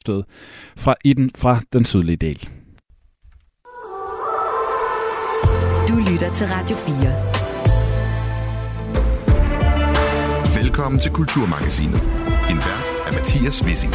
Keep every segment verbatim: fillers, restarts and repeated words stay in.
bostød fra, i den, fra den sydlige del. Du lytter til Radio fire. Velkommen til Kulturmagasinet. En vært er Mathias Wissing.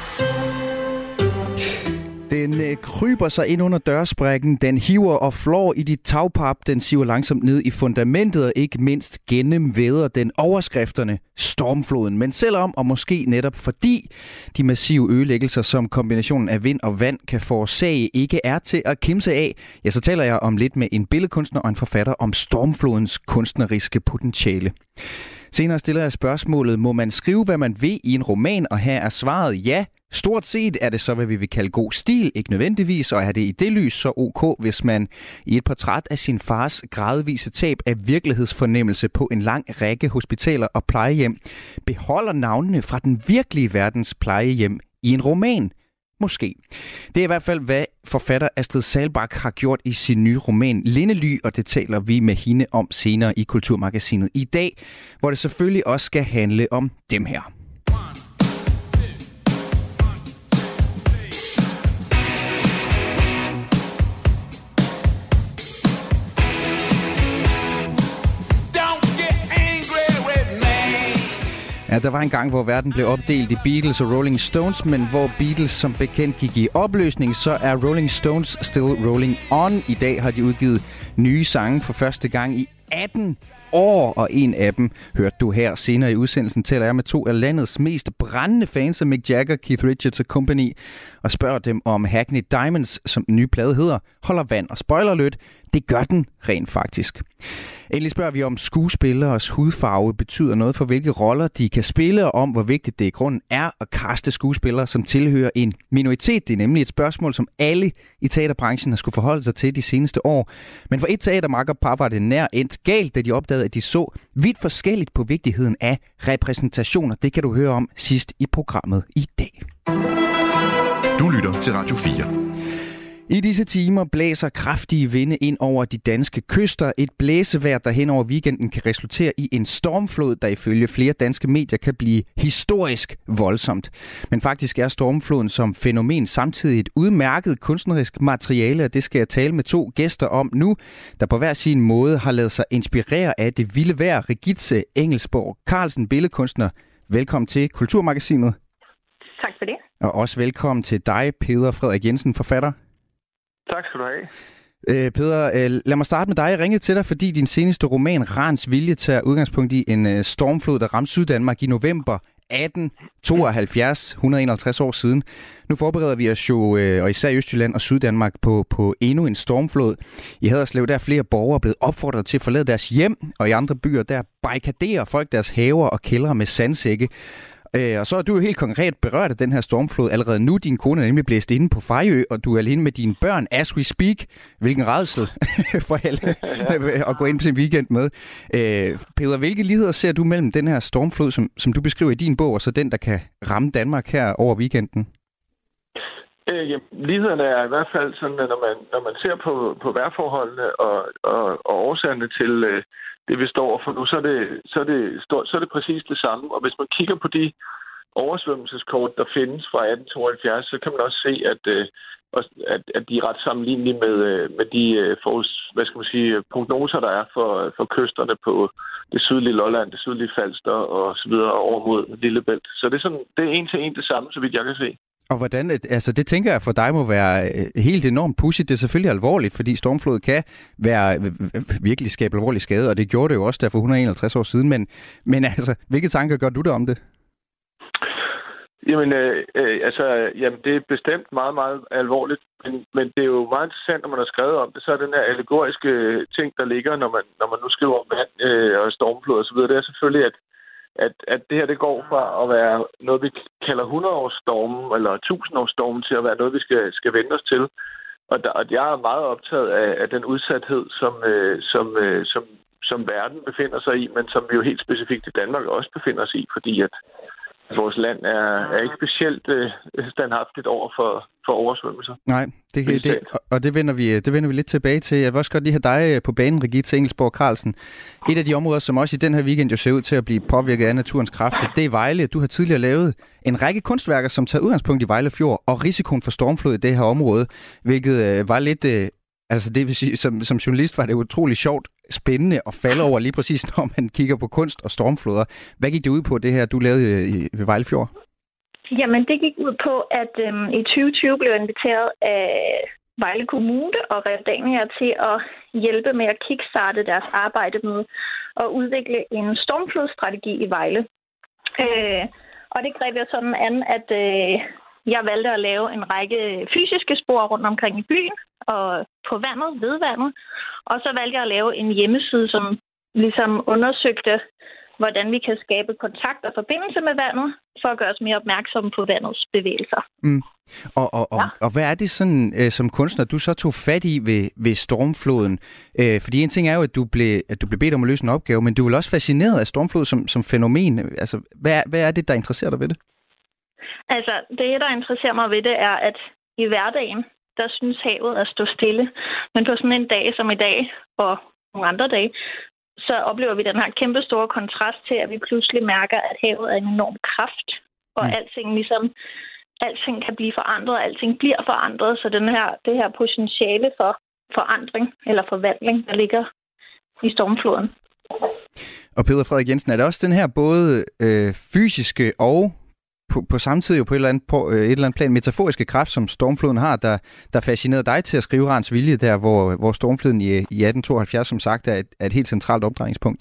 Den øh, kryber sig ind under dørsprækken, den hiver og flår i dit tagpap, den siver langsomt ned i fundamentet og ikke mindst gennemvæder den overskrifterne stormfloden. Men selvom, og måske netop fordi, de massive ødelæggelser, som kombinationen af vind og vand kan forårsage, ikke er til at kimse af, ja, så taler jeg om lidt med en billedkunstner og en forfatter om stormflodens kunstneriske potentiale. Senere stiller jeg spørgsmålet, må man skrive, hvad man vil i en roman, og her er svaret ja. Stort set er det så, hvad vi vil kalde god stil, ikke nødvendigvis, og er det i det lys så ok, hvis man i et portræt af sin fars gradvise tab af virkelighedsfornemmelse på en lang række hospitaler og plejehjem beholder navnene fra den virkelige verdens plejehjem i en roman. Måske. Det er i hvert fald, hvad forfatter Astrid Saalbach har gjort i sin nye roman Lindely, og det taler vi med hende om senere i Kulturmagasinet i dag, hvor det selvfølgelig også skal handle om dem her. Ja, der var en gang, hvor verden blev opdelt i Beatles og Rolling Stones, men hvor Beatles som bekendt gik i opløsning, så er Rolling Stones still rolling on. I dag har de udgivet nye sange for første gang i atten år, og en af dem hørte du her. Senere i udsendelsen taler jeg med to af landets mest brændende fans af Mick Jagger, Keith Richards og Company, og spørger dem om Hackney Diamonds, som den nye plade hedder, holder vand. Og spoiler alert, det gør den rent faktisk. Endelig spørger vi om skuespilleres hudfarve betyder noget for, hvilke roller de kan spille, og om hvor vigtigt det i grunden er at kaste skuespillere, som tilhører en minoritet. Det er nemlig et spørgsmål, som alle i teaterbranchen har skulle forholde sig til de seneste år. Men for et teatermakkerpar var det nær endt galt, da de opdagede, at de så vidt forskelligt på vigtigheden af repræsentationer. Det kan du høre om sidst i programmet i dag. Du lytter til Radio fire. I disse timer blæser kraftige vinde ind over de danske kyster. Et blæsevejr, der hen over weekenden kan resultere i en stormflod, der ifølge flere danske medier kan blive historisk voldsomt. Men faktisk er stormfloden som fænomen samtidig et udmærket kunstnerisk materiale, og det skal jeg tale med to gæster om nu, der på hver sin måde har ladet sig inspirere af det vilde vejr. Regitze Engelsborg Carlsen, billedkunstner. Velkommen til Kulturmagasinet. Tak for det. Og også velkommen til dig, Peder Frederik Jensen, forfatter. Tak skal du have. Øh, Peder, øh, lad mig starte med dig. Jeg ringede til dig, fordi din seneste roman, Rans Vilje, tager udgangspunkt i en øh, stormflod, der ramte Syddanmark i november atten tooghalvfjerds, et hundrede og enoghalvtreds år siden. Nu forbereder vi os jo, øh, og især i Østjylland og Syddanmark, på, på endnu en stormflod. I Haderslev der er flere borgere blevet opfordret til at forlade deres hjem, og i andre byer der barrikaderer folk deres haver og kældre med sandsække. Øh, og så er du jo helt konkret berørt af den her stormflod allerede nu. Din kone er nemlig blæst inde på Fejø, og du er alene med dine børn as we speak. Hvilken rædsel for alle at gå ind på sin weekend med. Øh, Peder, hvilke ligheder ser du mellem den her stormflod, som, som du beskriver i din bog, og så den, der kan ramme Danmark her over weekenden? Øh, ja, lighederne er i hvert fald sådan, at når man, når man ser på, på vejrforholdene og, og, og årsagerne til øh, det, vi står for nu, så er det, så, er det, så er det præcis det samme. Og hvis man kigger på de oversvømmelseskort, der findes fra atten tooghalvfjerds, så kan man også se, at, øh, at, at de er ret sammenlignelige med, med de for, hvad skal man sige, prognoser, der er for, for kysterne på det sydlige Lolland, det sydlige Falster og så videre over mod Lillebælt. Så det er, sådan, det er en til en det samme, så vidt jeg kan se. Og hvordan, altså det tænker jeg for dig må være helt enormt pudsigt. Det er selvfølgelig alvorligt, fordi stormflod kan være virkelig skabe alvorlig skade, og det gjorde det jo også der for et hundrede og enoghalvtreds år siden. Men, men altså, hvilke tanker gør du der om det? Jamen, øh, øh, altså, jamen, det er bestemt meget, meget alvorligt, men, men det er jo meget interessant, når man har skrevet om det, så er den her allegoriske ting, der ligger, når man, når man nu skriver om vand øh, og stormflod og så videre, det er selvfølgelig, at At, at det her det går fra at være noget, vi kalder hundrede-årsstormen eller tusind-årsstormen til at være noget, vi skal, skal vende os til. Og, der, og jeg er meget optaget af, af den udsathed, som, øh, som, øh, som, som verden befinder sig i, men som vi jo helt specifikt i Danmark også befinder os i, fordi at vores land er, er ikke specielt øh, standhaftigt over for, for oversvømmelser. Nej, det, det, og det vender, vi, det vender vi lidt tilbage til. Jeg vil også godt lige have dig på banen, Regitze Engelsborg Carlsen. Et af de områder, som også i den her weekend jo ser ud til at blive påvirket af naturens kræfter, det er Vejle. Du har tidligere lavet en række kunstværker, som tager udgangspunkt i Vejle Fjord og risikoen for stormflod i det her område, hvilket øh, var lidt... Øh, altså det vil sige, som, som journalist var det utrolig sjovt, spændende at falde over lige præcis, når man kigger på kunst og stormfloder. Hvad gik det ud på, det her, du lavede i, ved Vejle Fjord? Jamen, det gik ud på, at øhm, i tyve tyve blev inviteret af Vejle Kommune og Realdania til at hjælpe med at kickstarte deres arbejde med at udvikle en stormflodsstrategi i Vejle. Øh, og det greb jeg sådan an, at øh, jeg valgte at lave en række fysiske spor rundt omkring i byen og på vandet, ved vandet. Og så valgte jeg at lave en hjemmeside, som ligesom undersøgte, hvordan vi kan skabe kontakt og forbindelse med vandet, for at gøre os mere opmærksomme på vandets bevægelser. Mm. Og, og, og, ja. og hvad er det sådan, øh, som kunstner, du så tog fat i ved, ved stormfloden? Øh, fordi en ting er jo, at du, blev, at du blev bedt om at løse en opgave, men du er vel også fascineret af stormflod som, som fænomen. Altså, hvad er, hvad er det, der interesserer dig ved det? Altså, det, der interesserer mig ved det, er, at i hverdagen, der synes havet at stå stille. Men på sådan en dag som i dag, og nogle andre dage, så oplever vi den her kæmpe store kontrast til, at vi pludselig mærker, at havet er en enorm kraft, og mm. alting ligesom, alting kan blive forandret, og alting bliver forandret, så den her, det her potentiale for forandring, eller forvandling, der ligger i stormfloden. Og Peder Frederik Jensen, er det også den her både øh, fysiske og på, på samtidig på et eller, andet, på et eller andet plan metaforiske kraft, som stormfloden har, der, der fascinerede dig til at skrive Rans Vilje, der hvor, hvor stormfloden i, i atten tooghalvfjerds, som sagt, er et, er et helt centralt opdrejningspunkt?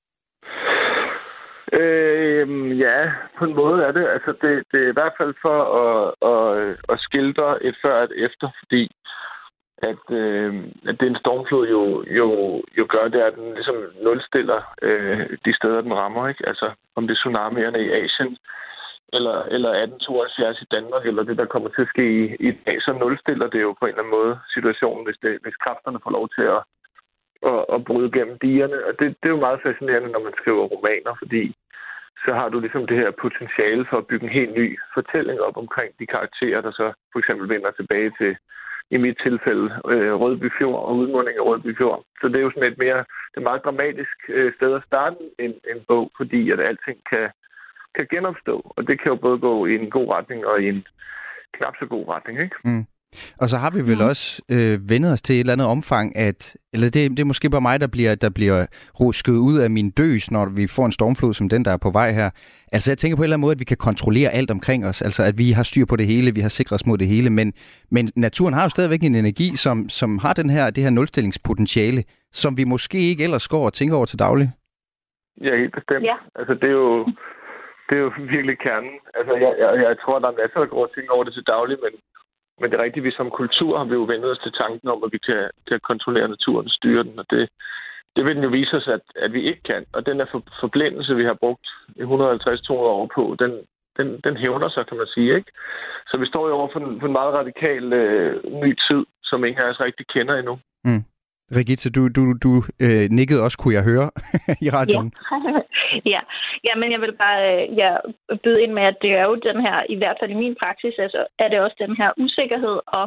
Øh, ja, på en måde er det. Altså, det, det er i hvert fald for at, at, at skildre et før og et efter, fordi at, øh, at det en stormflod jo, jo, jo gør, det er, at den ligesom nulstiller øh, de steder, den rammer. Ikke? Altså, om det er tsunamierne i Asien, eller, eller atten tooghalvfjerds i Danmark, eller det, der kommer til at ske i, i dag, så nulstiller det jo på en eller anden måde situationen, hvis, det, hvis kræfterne får lov til at, at, at bryde gennem digerne. Og det, det er jo meget fascinerende, når man skriver romaner, fordi så har du ligesom det her potentiale for at bygge en helt ny fortælling op omkring de karakterer, der så for eksempel vender tilbage til, i mit tilfælde, øh, Rødby Fjord og udmunding af Rødby Fjord. Så det er jo sådan et mere, det er meget dramatisk øh, sted at starte en, en bog, fordi at alting kan kan genopstå, og det kan jo både gå i en god retning og i en knap så god retning, ikke? Mm. Og så har vi vel mm. også øh, vendet os til et eller andet omfang, at, eller det, det er måske bare mig, der bliver, der bliver rusket ud af min døs, når vi får en stormflod som den, der er på vej her. Altså jeg tænker på en eller anden måde, at vi kan kontrollere alt omkring os, altså at vi har styr på det hele, vi har sikret os mod det hele, men, men naturen har jo stadigvæk en energi, som, som har den her, det her nulstillingspotentiale, som vi måske ikke ellers går og tænker over til daglig. Ja, helt bestemt. Ja. Altså det er jo Det er jo virkelig kernen. Altså, jeg, jeg, jeg tror, der er masser, der går og tænker over det til daglig, men, men det er rigtigt, vi som kultur har vi jo vendt os til tanken om, at vi kan, kan kontrollere naturen og styre den, og det, det vil den jo vise os, at, at vi ikke kan. Og den her for, forblindelse, vi har brugt et hundrede og halvtreds til to hundrede år på, den, den, den hævner sig, kan man sige, ikke? Så vi står jo over for en, for en meget radikal øh, ny tid, som ingen af os rigtig kender endnu. Mm. Regitze, du, du, du øh, nikkede også, kunne jeg høre i radioen. Ja. ja. ja, men jeg vil bare ja, byde ind med, at det er jo den her, i hvert fald i min praksis, altså, er det også den her usikkerhed og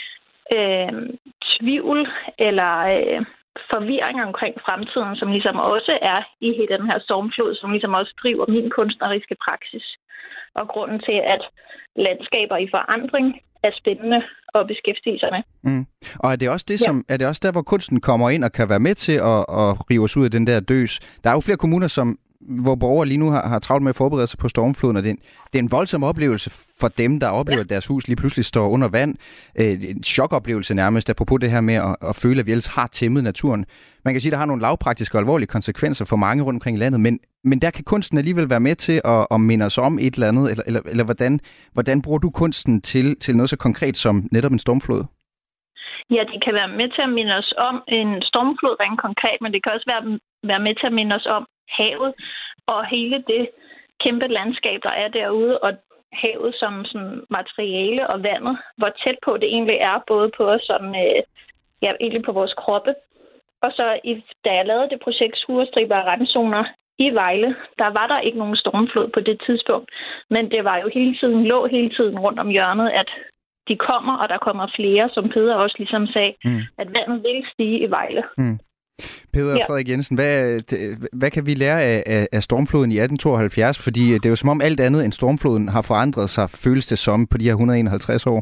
øh, tvivl eller øh, forvirring omkring fremtiden, som ligesom også er i den her stormflod, som ligesom også driver min kunstneriske praksis. Og grunden til, at landskaber i forandring er spændende at beskæftige sig med. Mm. Og er det også det, som, ja. er det også der, hvor kunsten kommer ind og kan være med til at, at rive os ud af den der døs? Der er jo flere kommuner, som, hvor borgere lige nu har, har travlt med at forberede sig på stormfloden, og det er en, det er en voldsom oplevelse for dem, der oplever, ja. at deres hus lige pludselig står under vand. Øh, en chokoplevelse nærmest, apropos det her med at, at føle, at vi ellers har tæmmet naturen. Man kan sige, at der har nogle lavpraktiske og alvorlige konsekvenser for mange rundt omkring i landet, men, men der kan kunsten alligevel være med til at, at minde os om et eller andet, eller, eller, eller hvordan, hvordan bruger du kunsten til, til noget så konkret som netop en stormflod? Ja, det kan være med til at minde os om en stormflod rent konkret, men det kan også være, være med til at minde os om havet og hele det kæmpe landskab, der er derude, og havet som sådan materiale og vandet, hvor tæt på det egentlig er, både på os som, øh, ja, egentlig på vores kroppe. Og så, i, da jeg lavede det projekt Skurestriber og randzoner i Vejle, der var der ikke nogen stormflod på det tidspunkt, men det var jo hele tiden, lå hele tiden rundt om hjørnet, at de kommer, og der kommer flere, som Peder også ligesom sagde, mm. at vandet vil stige i Vejle. Mm. Peder ja. Frederik Jensen, hvad, hvad kan vi lære af, af, af stormfloden i atten tooghalvfjerds? Fordi det er jo som om alt andet end stormfloden har forandret sig, føles det som, på de her et hundrede og enoghalvtreds år.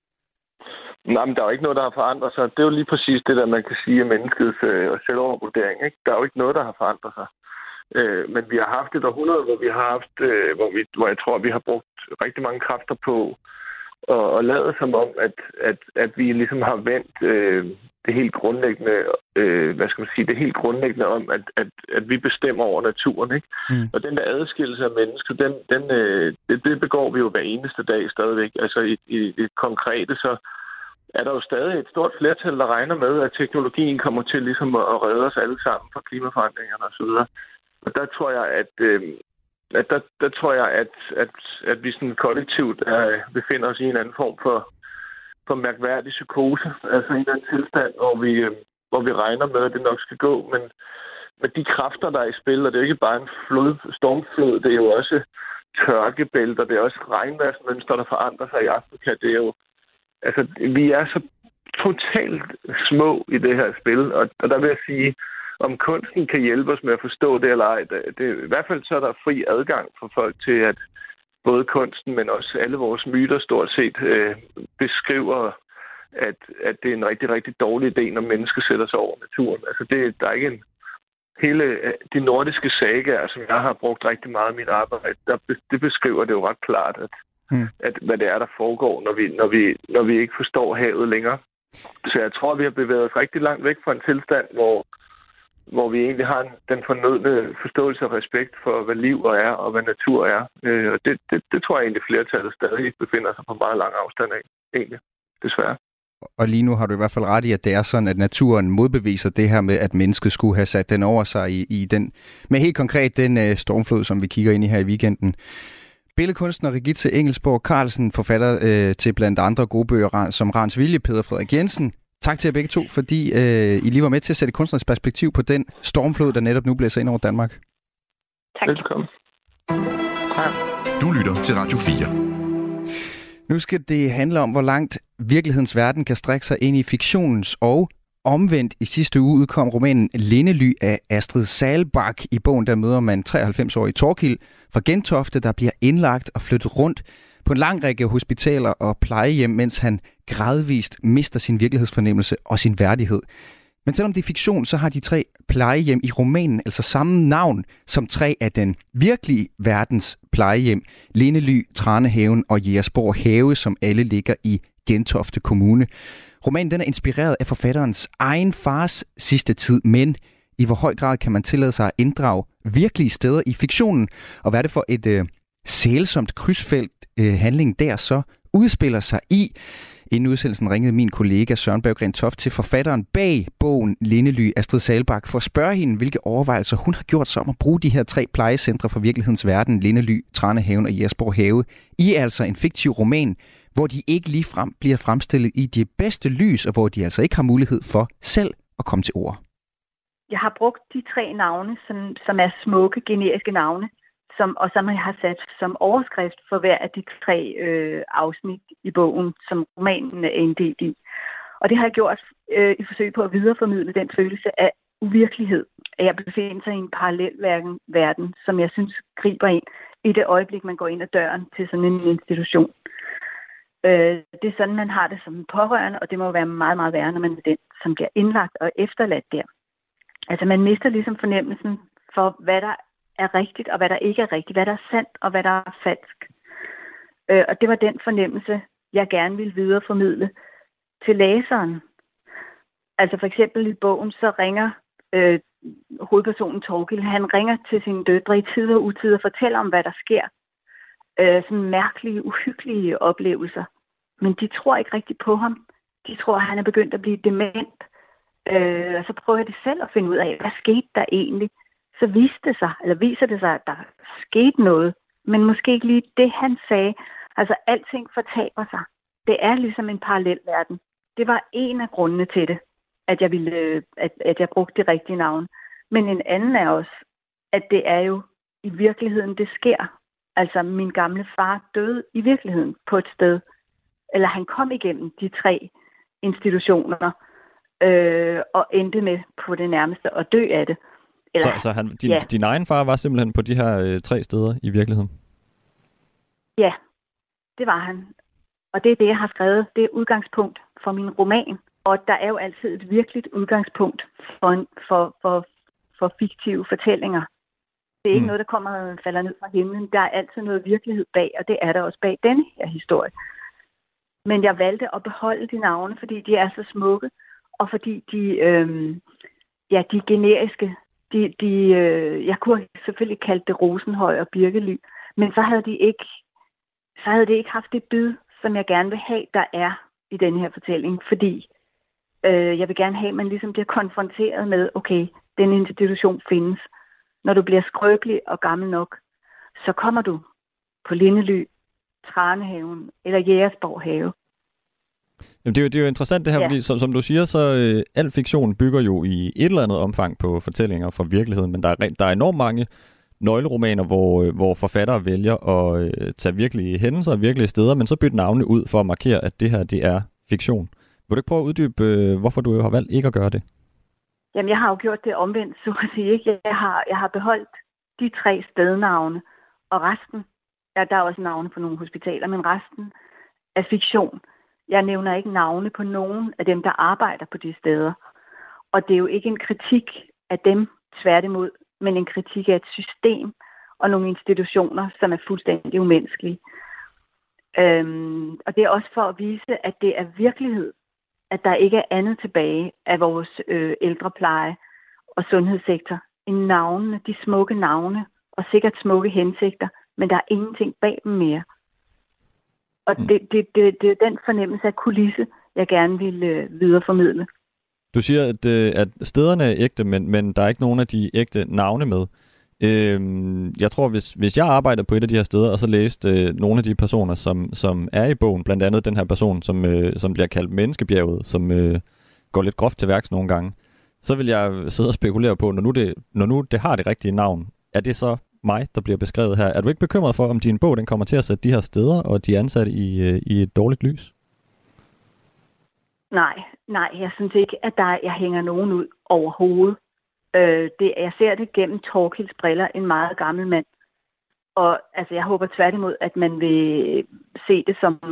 Nej, men der er jo ikke noget, der har forandret sig. Det er jo lige præcis det, der man kan sige af menneskets øh, selvovervurdering. Ikke? Der er jo ikke noget, der har forandret sig. Øh, men vi har haft et århundrede, hvor vi har haft, øh, hvor, vi, hvor jeg tror, at vi har brugt rigtig mange kræfter på og, og lavet som om, at, at, at vi ligesom har vendt øh, det helt grundlæggende, øh, hvad skal man sige, det helt grundlæggende om, at, at, at vi bestemmer over naturen, ikke? Mm. Og den der adskillelse af mennesker, den, den, øh, det, det begår vi jo hver eneste dag stadigvæk. Altså i, i, i konkrete, så er der jo stadig et stort flertal, der regner med, at teknologien kommer til ligesom at redde os alle sammen fra klimaforandringerne osv. Og der tror jeg, at, øh, at der, der tror jeg, at, at, at vi sådan kollektivt er, befinder os i en anden form for, for mærkværdig psykose. Altså en eller anden tilstand, hvor vi, øh, hvor vi regner med, at det nok skal gå. Men med de kræfter, der er i spil, og det er jo ikke bare en flod, stormflod, det er jo også tørkebælter, det er også regnværsmønstre, der forandrer sig i Afrika. Det er jo Altså, vi er så totalt små i det her spil, og, og der vil jeg sige, om kunsten kan hjælpe os med at forstå det eller ej. Det, det, I hvert fald så er der fri adgang for folk til, at både kunsten, men også alle vores myter stort set øh, beskriver, at, at det er en rigtig, rigtig dårlig idé, når mennesker sætter sig over naturen. Altså, det, der er ikke en... Hele de nordiske sagaer, som jeg har brugt rigtig meget i mit arbejde, der, det beskriver det jo ret klart, at Mm. At, hvad det er, der foregår, når vi, når, vi, når vi ikke forstår havet længere. Så jeg tror, vi har bevæget os rigtig langt væk fra en tilstand, hvor, hvor vi egentlig har en, den fornødne forståelse og respekt for, hvad liv er, og hvad natur er. Øh, og det, det, det tror jeg egentlig, flertallet stadig befinder sig på meget lang afstand af, egentlig, desværre. Og lige nu har du i hvert fald ret i, at det er sådan, at naturen modbeviser det her med, at mennesket skulle have sat den over sig i, i den, med helt konkret den uh, stormflod, som vi kigger ind i her i weekenden. Billedkunstner Regitze Engelsborg Carlsen, forfatter øh, til blandt andre gode bøger som Rans Vilje, Peder Frederik Jensen. Tak til jer begge to, fordi øh, I lige var med til at sætte kunstnerisk perspektiv på den stormflod, der netop nu blæser ind over Danmark. Tak. Velkommen. Du lytter til Radio fire. Nu skal det handle om, hvor langt virkelighedens verden kan strække sig ind i fiktionens og omvendt. I sidste uge udkom romanen Lindely af Astrid Saalbach. I bogen der møder man treoghalvfems-årige Torkild fra Gentofte, der bliver indlagt og flyttet rundt på en lang række hospitaler og plejehjem, mens han gradvist mister sin virkelighedsfornemmelse og sin værdighed. Men selvom det er fiktion, så har de tre plejehjem i romanen altså samme navn som tre af den virkelige verdens plejehjem. Lindely, Tranehaven og Jægersborg Have, som alle ligger i Gentofte Kommune. Romanen den er inspireret af forfatterens egen fars sidste tid, men i hvor høj grad kan man tillade sig at inddrage virkelige steder i fiktionen? Og hvad er det for et øh, sælsomt krydsfelt øh, handling der så udspiller sig i? Inden udsendelsen ringede min kollega Søren Berggren Toft til forfatteren bag bogen Lindely, Astrid Saalbach, for at spørge hende, hvilke overvejelser hun har gjort sig om at bruge de her tre plejecentre fra virkelighedens verden, Lindely, Tranehaven og Jægersborg Have, i altså en fiktiv roman, hvor de ikke ligefrem bliver fremstillet i det bedste lys, og hvor de altså ikke har mulighed for selv at komme til ord. Jeg har brugt de tre navne, som, som er smukke, generiske navne, som, og som jeg har sat som overskrift for hver af de tre øh, afsnit i bogen, som romanen er inddelt i. Og det har jeg gjort øh, i forsøg på at videreformidle den følelse af uvirkelighed, at jeg befinder sig i en parallel verden, som jeg synes griber ind i det øjeblik, man går ind ad døren til sådan en institution. Øh, det er sådan, man har det som pårørende, og det må være meget, meget værre, når man er den, som bliver indlagt og efterladt der. Altså, man mister ligesom fornemmelsen for, hvad der er rigtigt, og hvad der ikke er rigtigt, hvad der er sandt, og hvad der er falsk. Øh, og det var den fornemmelse, jeg gerne ville videreformidle til læseren. Altså for eksempel i bogen, så ringer øh, hovedpersonen Torkild, han ringer til sine døtre i tid og utid og fortæller om, hvad der sker. Øh, sådan mærkelige, uhyggelige oplevelser. Men de tror ikke rigtig på ham. De tror, at han er begyndt at blive dement. Øh, og så prøver de selv at finde ud af, hvad skete der egentlig? Så viste det sig, eller viser det sig, at der skete noget, men måske ikke lige det, han sagde. Altså, alting fortaber sig. Det er ligesom en parallel verden. Det var en af grundene til det, at jeg ville, at, at jeg brugte det rigtige navn. Men en anden er også, at det er jo i virkeligheden, det sker. Altså, min gamle far døde i virkeligheden på et sted. Eller han kom igennem de tre institutioner øh, og endte med på det nærmeste at dø af det. Eller, så så han, din, ja. din egen far var simpelthen på de her øh, tre steder i virkeligheden? Ja, det var han. Og det er det, jeg har skrevet. Det er udgangspunkt for min roman. Og der er jo altid et virkeligt udgangspunkt for, for, for, for fiktive fortællinger. Det er ikke mm. noget, der kommer og falder ned fra himlen. Der er altid noget virkelighed bag, og det er der også bag denne her historie. Men jeg valgte at beholde de navne, fordi de er så smukke, og fordi de, øh, ja, de er generiske. De, de, øh, jeg kunne selvfølgelig kalde det Rosenhøj og Birkely, men så havde de ikke, så havde de ikke haft det bid, som jeg gerne vil have, der er i denne her fortælling, fordi øh, jeg vil gerne have, at man ligesom bliver konfronteret med, okay, den institution findes. Når du bliver skrøbelig og gammel nok, så kommer du på Lindely, Tranehaven eller Jægersborg Have. Jamen, det, er jo, det er jo interessant det her, ja. Fordi som, som du siger, så øh, al fiktion bygger jo i et eller andet omfang på fortællinger fra virkeligheden, men der er, der er enormt mange nøgleromaner, hvor, øh, hvor forfattere vælger at øh, tage virkelige hændelser og virkelige steder, men så bytte navne ud for at markere, at det her det er fiktion. Vil du ikke prøve at uddybe, øh, hvorfor du har valgt ikke at gøre det? Jamen, jeg har jo gjort det omvendt, så at sige. Ikke? Jeg har, jeg har beholdt de tre stednavne, og resten, ja, der er også navne på nogle hospitaler, men resten er fiktion. Jeg nævner ikke navne på nogen af dem, der arbejder på de steder. Og det er jo ikke en kritik af dem, tværtimod, men en kritik af et system og nogle institutioner, som er fuldstændig umenneskelige. Øhm, og det er også for at vise, at det er virkelighed, at der ikke er andet tilbage af vores øh, ældrepleje og sundhedssektor end navnene, de smukke navne og sikkert smukke hensigter, men der er ingenting bag dem mere. Og mm. det, det, det, det er den fornemmelse af kulisse, jeg gerne vil øh, videreformidle. Du siger, at, øh, at stederne er ægte, men, men der er ikke nogen af de ægte navne med. Øhm, jeg tror, hvis, hvis jeg arbejder på et af de her steder, og så læste øh, nogle af de personer, som, som er i bogen, blandt andet den her person, som, øh, som bliver kaldt Menneskebjerget, som øh, går lidt groft til værks nogle gange, så vil jeg sidde og spekulere på, når nu, det, når nu det har det rigtige navn, er det så mig, der bliver beskrevet her? Er du ikke bekymret for, om din bog den kommer til at sætte de her steder og de ansatte i, øh, i et dårligt lys? Nej, nej, jeg synes ikke, at der, jeg hænger nogen ud overhovedet. Øh, det, jeg ser det gennem Thorkilds briller, en meget gammel mand. Og altså, jeg håber tværtimod, at man vil se det som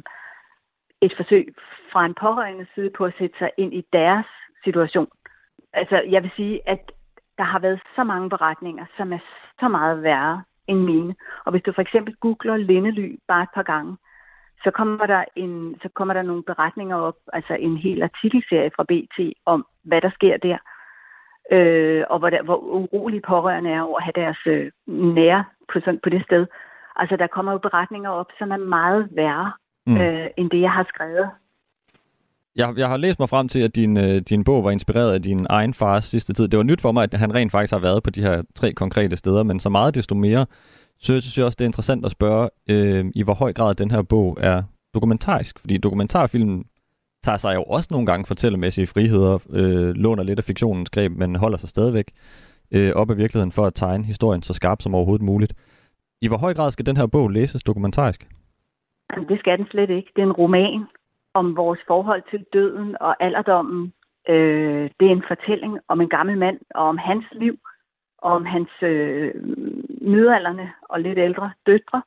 et forsøg fra en pårørende side på at sætte sig ind i deres situation. Altså, jeg vil sige, at der har været så mange beretninger, som er så meget værre end mine. Og hvis du for eksempel googler Lindely bare et par gange, så kommer der en, så kommer der nogle beretninger op, altså en hel artikelserie fra B T om, hvad der sker der. Øh, og hvor, der, hvor urolige pårørende er over at have deres øh, nære på, sådan, på det sted. Altså, der kommer jo beretninger op, som er meget værre, mm. øh, end det, jeg har skrevet. Jeg, jeg har læst mig frem til, at din, øh, din bog var inspireret af din egen fars sidste tid. Det var nyt for mig, at han rent faktisk har været på de her tre konkrete steder, men så meget desto mere, så jeg synes jeg også, det er interessant at spørge, øh, i hvor høj grad den her bog er dokumentarisk. Fordi dokumentarfilmen tager sig jo også nogle gange fortællemæssige friheder, øh, låner lidt af fiktionens greb, men holder sig stadigvæk øh, op af virkeligheden for at tegne historien så skarpt som overhovedet muligt. I hvor høj grad skal den her bog læses dokumentarisk? Det skal den slet ikke. Det er en roman om vores forhold til døden og alderdommen. Øh, det er en fortælling om en gammel mand og om hans liv, og om hans øh, midaldrende og lidt ældre døtre.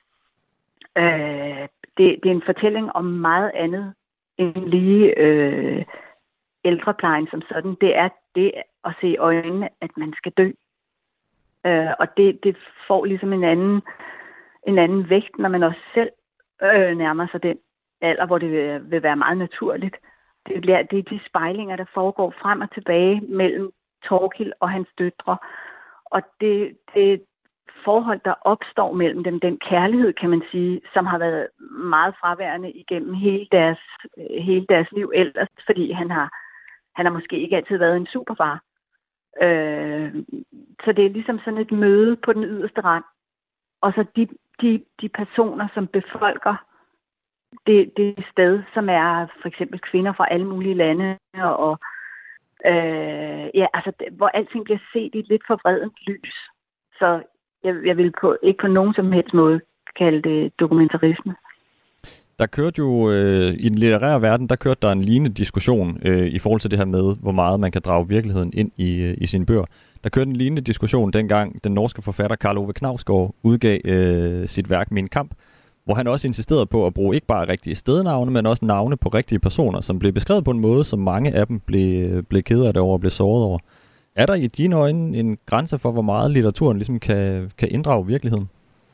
Øh, det, det er en fortælling om meget andet end lige øh, ældreplejen som sådan. Det er det at se i øjnene, at man skal dø. Øh, og det, det får ligesom en anden, en anden vægt, når man også selv øh, nærmer sig den alder, hvor det vil, vil være meget naturligt. Det, bliver, det er de spejlinger, der foregår frem og tilbage mellem Thorkild og hans døtre. Og det, det forhold, der opstår mellem dem, den kærlighed, kan man sige, som har været meget fraværende igennem hele deres, hele deres liv ellers, fordi han har, han har måske ikke altid været en superfar. Øh, så det er ligesom sådan et møde på den yderste rand. Og så de, de, de personer, som befolker det, det sted, som er for eksempel kvinder fra alle mulige lande, og Øh, ja, altså, hvor alting bliver set i et lidt forvredent lys. Så jeg, jeg vil på, ikke på nogen som helst måde kalde det dokumentarisme. Der kørte jo øh, i den litterære verden, der kørte der en lignende diskussion øh, i forhold til det her med, hvor meget man kan drage virkeligheden ind i, øh, i sine bøger. Der kørte en lignende diskussion dengang den norske forfatter Karl Ove Knausgård udgav øh, sit værk Min Kamp, hvor han også insisterede på at bruge ikke bare rigtige stednavne, men også navne på rigtige personer, som blev beskrevet på en måde, som mange af dem blev, blev ked af det over og blev såret over. Er der i dine øjne en grænse for, hvor meget litteraturen ligesom kan, kan inddrage virkeligheden?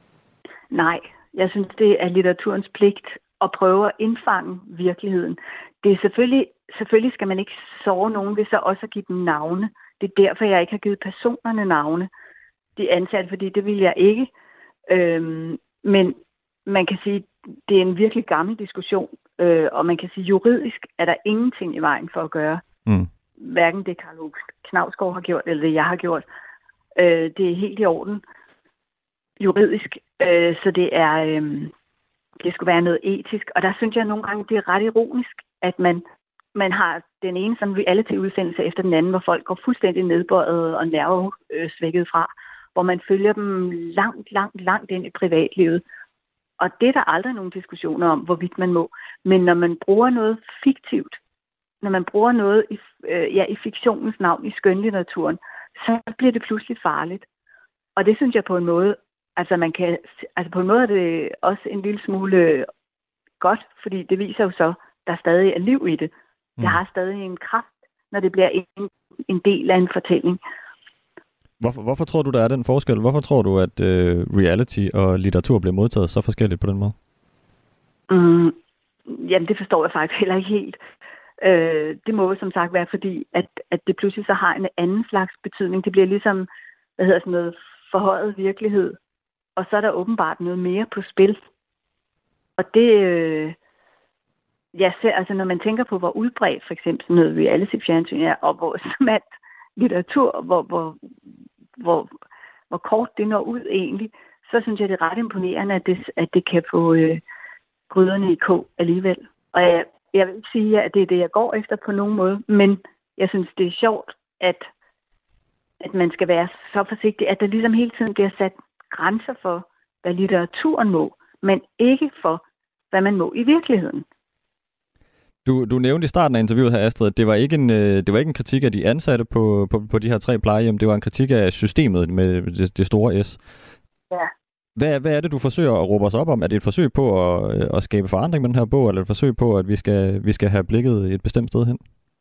Nej, jeg synes, det er litteraturens pligt at prøve at indfange virkeligheden. Det er selvfølgelig, selvfølgelig skal man ikke såre nogen ved så også at give dem navne. Det er derfor, jeg ikke har givet personerne navne, de ansatte, fordi det vil jeg ikke. Øhm, men man kan sige, det er en virkelig gammel diskussion, øh, og man kan sige, juridisk er der ingenting i vejen for at gøre. Mm. Hverken det Karl Ove Knausgård har gjort, eller det jeg har gjort. Øh, det er helt i orden juridisk, øh, så det er øh, det skulle være noget etisk. Og der synes jeg nogle gange, det er ret ironisk, at man, man har den ene sådan reality-udsendelse efter den anden, hvor folk går fuldstændig nedbøjet og nervesvækket fra, hvor man følger dem langt, langt, langt ind i privatlivet. Og det er der aldrig nogen diskussioner om, hvorvidt man må. Men når man bruger noget fiktivt, når man bruger noget i, øh, ja, i fiktionens navn, i skønlitteraturen, så bliver det pludselig farligt. Og det synes jeg på en måde, altså man kan, altså på en måde er det også en lille smule godt, fordi det viser jo så, at der stadig er liv i det. Det har stadig en kraft, når det bliver en, en del af en fortælling. Hvorfor, hvorfor tror du, der er den forskel? Hvorfor tror du, at øh, reality og litteratur bliver modtaget så forskelligt på den måde? Mm, jamen, det forstår jeg faktisk heller ikke helt. Øh, det må jo som sagt være fordi, at, at det pludselig så har en anden slags betydning. Det bliver ligesom, hvad hedder sådan noget, forhøjet virkelighed. Og så er der åbenbart noget mere på spil. Og det, øh, ja, så, altså når man tænker på, hvor udbredt for eksempel sådan noget reality-fjernsyn er, og hvor smalt litteratur, hvor, hvor, hvor, hvor kort det når ud egentlig, så synes jeg, det er ret imponerende, at det, at det kan få øh, gryderne i kog alligevel. Og jeg, jeg vil ikke sige, at det er det, jeg går efter på nogen måde, men jeg synes, det er sjovt, at, at man skal være så forsigtig, at der ligesom hele tiden bliver sat grænser for, hvad litteraturen må, men ikke for, hvad man må i virkeligheden. Du, du nævnte i starten af interviewet her, Astrid, at det var ikke en, det var ikke en kritik af de ansatte på, på, på de her tre plejehjem, det var en kritik af systemet med det, det store S. Ja. Hvad, hvad er det, du forsøger at råbe os op om? Er det et forsøg på at, at skabe forandring med den her bog, eller et forsøg på, at vi skal, vi skal have blikket et bestemt sted hen?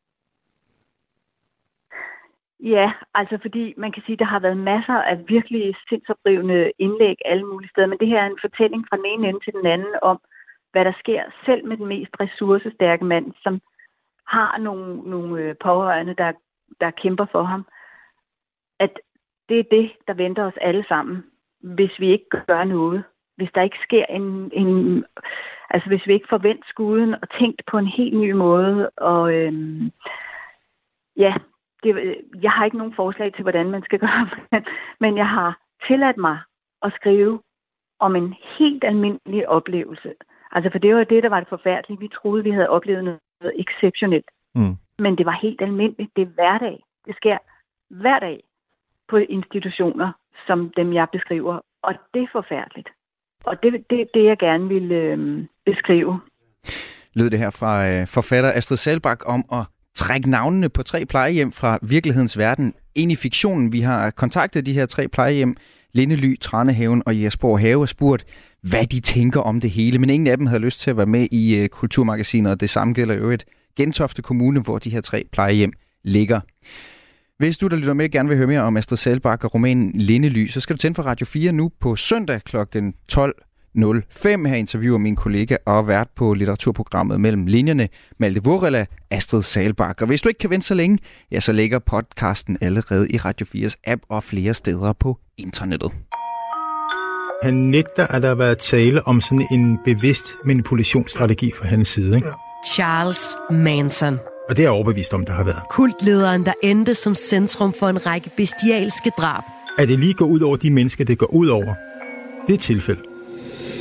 Ja, altså fordi man kan sige, at der har været masser af virkelig sindsoprivende indlæg alle mulige steder, men det her er en fortælling fra den ene ende til den anden om, hvad der sker selv med den mest ressourcestærke mand, som har nogle, nogle pårørende, der, der kæmper for ham. At det er det, der venter os alle sammen, hvis vi ikke gør noget. Hvis der ikke sker en... en altså hvis vi ikke får vendt skuden og tænkt på en helt ny måde. Og øhm, ja, det, jeg har ikke nogen forslag til, hvordan man skal gøre, men jeg har tilladt mig at skrive om en helt almindelig oplevelse. Altså, for det var det, der var det forfærdelige. Vi troede, vi havde oplevet noget exceptionelt. Mm. Men det var helt almindeligt. Det er hverdag. Det sker hver dag på institutioner, som dem, jeg beskriver. Og det er forfærdeligt. Og det er det, det, jeg gerne vil øh, beskrive. Lød det her fra øh, forfatter Astrid Saalbach om at trække navnene på tre plejehjem fra virkelighedens verden ind i fiktionen. Vi har kontaktet de her tre plejehjem, Lindely, Trandehaven og Jesper Have, og spurgt, hvad de tænker om det hele. Men ingen af dem havde lyst til at være med i uh, Kulturmagasinet, og det samme gælder jo et Gentofte Kommune, hvor de her tre plejehjem ligger. Hvis du, der lytter med, gerne vil høre mere om Astrid Saalbach og romanen Lindely, så skal du tænde for Radio fire nu på søndag klokken tolv nul fem. Her interviewer min kollega og vært på litteraturprogrammet Mellem Linjerne, Malte Vorela, Astrid Saalbach. Og hvis du ikke kan vente så længe, ja, så ligger podcasten allerede i Radio fires app og flere steder på internettet. Han nægter, at der har været tale om sådan en bevidst manipulationsstrategi fra hans side, ikke? Charles Manson. Og det er jeg overbevist om, der har været. Kultlederen, der endte som centrum for en række bestialske drab. At det lige går ud over de mennesker, det går ud over, det er et tilfælde.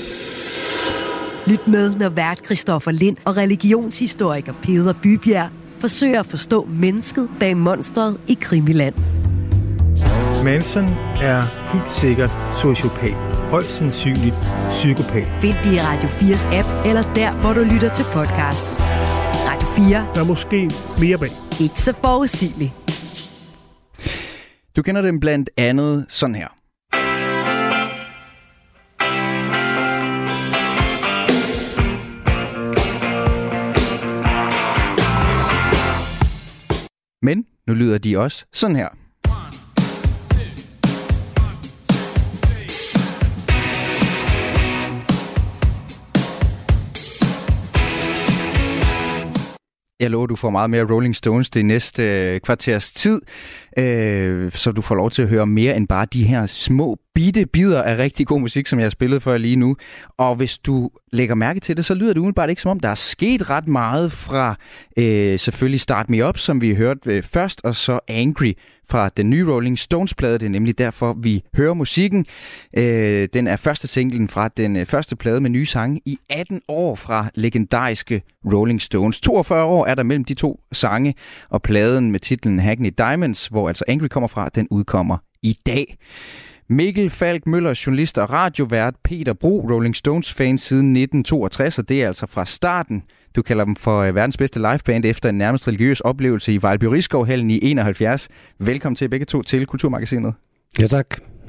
Lyt med, når vært Christoffer Lind og religionshistoriker Peder Bybjerg forsøger at forstå mennesket bag monstret i Krimiland. Manson er helt sikkert sociopat. Højst sandsynligt psykopat. Find det i Radio fires app, eller der, hvor du lytter til podcast. Radio fire. Der er måske mere bag. Ikke så forudsigeligt. Du kender dem blandt andet sådan her. Men nu lyder de også sådan her. Jeg lover, du får meget mere Rolling Stones det næste øh, kvarters tid, øh, så du får lov til at høre mere end bare de her små bitte bidder af rigtig god musik, som jeg har spillet for lige nu. Og hvis du lægger mærke til det, så lyder det umiddelbart ikke som om, der er sket ret meget fra øh, selvfølgelig Start Me Up, som vi hørte øh, først, og så Angry fra den nye Rolling Stones-plade. Det er nemlig derfor, vi hører musikken. Øh, den er første singlen fra den øh, første plade med nye sange i atten år fra legendariske Rolling Stones. toogfyrre år er der mellem de to sange, og pladen med titlen Hackney Diamonds, hvor altså Angry kommer fra, den udkommer i dag. Mikkel Falk Møller, journalist og radiovært, Peter Bro, Rolling Stones-fan siden nitten toogtres, og det er altså fra starten. Du kalder dem for verdens bedste liveband efter en nærmest religiøs oplevelse i Vejlby Riskovhallen i enoghalvfjerds. Velkommen til begge to til Kulturmagasinet. Ja, tak.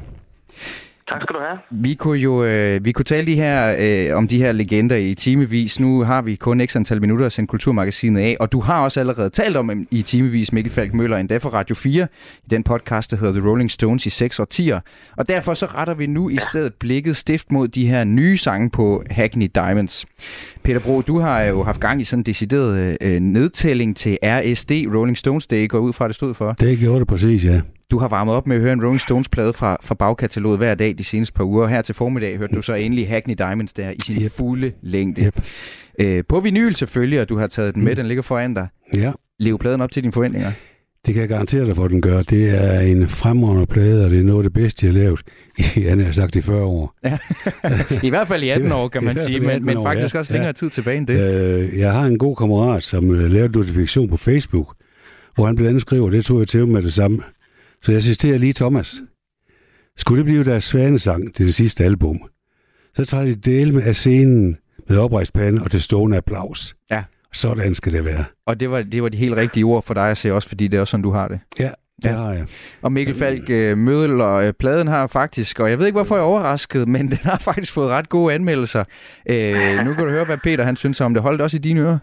Tak skal du have. Vi kunne jo øh, vi kunne tale de her, øh, om de her legender i timevis. Nu har vi kun x antal minutter at sende Kulturmagasinet af, og du har også allerede talt om dem i timevis, Mikkel Falk Møller, endda for Radio fire, i den podcast, der hedder The Rolling Stones i seks årtier. Og derfor så retter vi nu i stedet blikket stift mod de her nye sange på Hackney Diamonds. Peter Bro, du har jo haft gang i sådan en decideret øh, nedtælling til R S D, Rolling Stones Day, går ud fra, det stod for. Det gjorde det præcis, ja. Du har varmet op med at høre en Rolling Stones-plade fra, fra bagkataloget hver dag de seneste par uger. Her til formiddag hørte du så endelig Hackney Diamonds der i sin yep. fulde længde. Yep. Øh, på vinyl selvfølgelig, og du har taget den med, den ligger foran dig. Ja. Lever pladen op til dine forventninger? Det kan jeg garantere dig for, at den gør. Det er en fremragende plade, og det er noget af det bedste, jeg har lavet i, jeg har sagt, i fyrre år. Ja. I hvert fald i atten år, kan man sige, men, men år, faktisk ja. også længere ja. tid tilbage end det. Øh, jeg har en god kammerat, som uh, lavede notifikation på Facebook, hvor han blandt andet skriver, det tog jeg til med det samme. Så jeg citerer lige Thomas. Skulle det blive deres svanesang til det sidste album, så tager de del af scenen med oprejst pande og til stående applaus. Ja. Sådan skal det være. Og det var, det var de helt rigtige ord for dig at se også, fordi det er også sådan, du har det. Ja, det ja. har jeg. Og Mikkel Falk øh, Mødel og øh, pladen har faktisk, og jeg ved ikke, hvorfor jeg er overrasket, men den har faktisk fået ret gode anmeldelser. Øh, nu kan du høre, hvad Peter han synes om det. Hold det også i dine ører.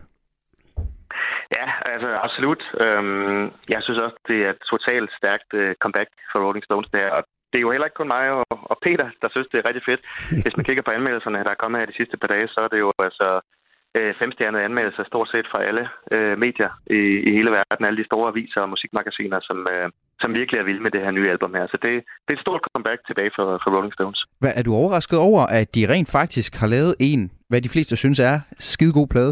Ja, altså absolut. Øhm, jeg synes også, det er et totalt stærkt øh, comeback for Rolling Stones der, og det er jo heller ikke kun mig og, og Peter, der synes, det er rigtig fedt. Hvis man kigger på anmeldelserne, der er kommet her de sidste par dage, så er det jo altså øh, femstjernede anmeldelser stort set fra alle øh, medier i, i hele verden, alle de store aviser og musikmagasiner, som, øh, som virkelig er vilde med det her nye album her. Så det, det er et stort comeback tilbage for, for Rolling Stones. Hvad, er du overrasket over, at de rent faktisk har lavet en, hvad de fleste synes er, skidegod plade?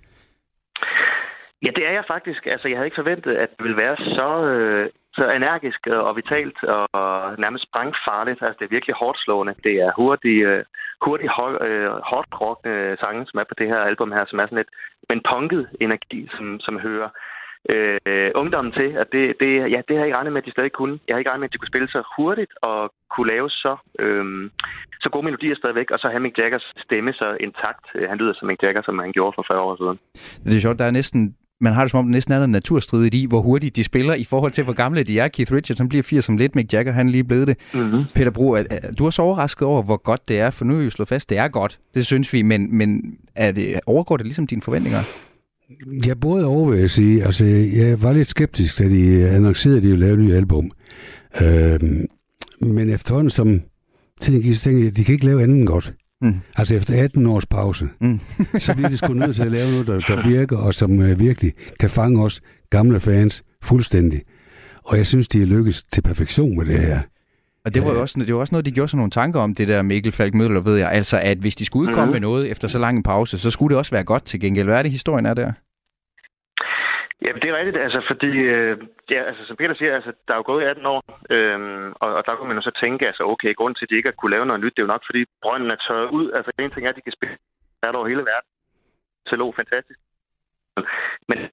Ja, det er jeg faktisk. Altså, jeg havde ikke forventet, at det ville være så, øh, så energisk og vitalt og nærmest sprængfarligt. Altså, det er virkelig hårdt slående. Det er hurtigt, øh, hurtigt øh, hårdt rockende sange, som er på det her album her, som er sådan lidt med en punket energi, som, som hører øh, ungdommen til. At det, det, ja, det har jeg ikke regnet med, at de stadig kunne. Jeg har ikke regnet med, at de kunne spille så hurtigt og kunne lave så, øh, så gode melodier stadigvæk, og så have Mick Jaggers stemme så intakt. Han lyder som Mick Jagger, som han gjorde for fyrre år siden. Det er sjovt, der er næsten man har det som om, det næsten er noget naturstridigt i, hvor hurtigt de spiller i forhold til, hvor gamle de er. Keith Richards, han bliver firs som lidt, Mick Jagger, han er lige blevet det. Mm-hmm. Peter Bro, er, er, du er så overrasket over, hvor godt det er, for nu er vi jo slået fast, det er godt, det synes vi, men, men er det, overgår det ligesom dine forventninger? Jeg både over, vil jeg sige. Altså, jeg var lidt skeptisk, da de annoncerede, at de ville lave et nyt album. Øhm, men efterhånden, som tiden gik, så tænkte jeg, de kan ikke lave andet godt. Mm. Altså efter atten års pause, mm. så bliver de sgu nødt til at lave noget, der, der virker, og som uh, virkelig kan fange os gamle fans fuldstændig. Og jeg synes, de er lykkes til perfektion med det her. Og det var jo også, det var også noget, de gjorde sig nogle tanker om, det der Mikkel Falk Mødler, ved jeg. Altså, at hvis de skulle udkomme mm. med noget efter så lang en pause, så skulle det også være godt til gengæld. Hvad er det, historien er der? Ja, det er rigtigt, altså, fordi, øh, ja, altså, som Peter siger, altså, der er jo gået atten år, øhm, og, og der kunne man jo så tænke, altså, okay, grunden til, at de ikke har kunne lave noget nyt, det er jo nok, fordi brønden er tørret ud. Altså, en ting er, at de kan spille der over hele verden. Så lå fantastisk. Men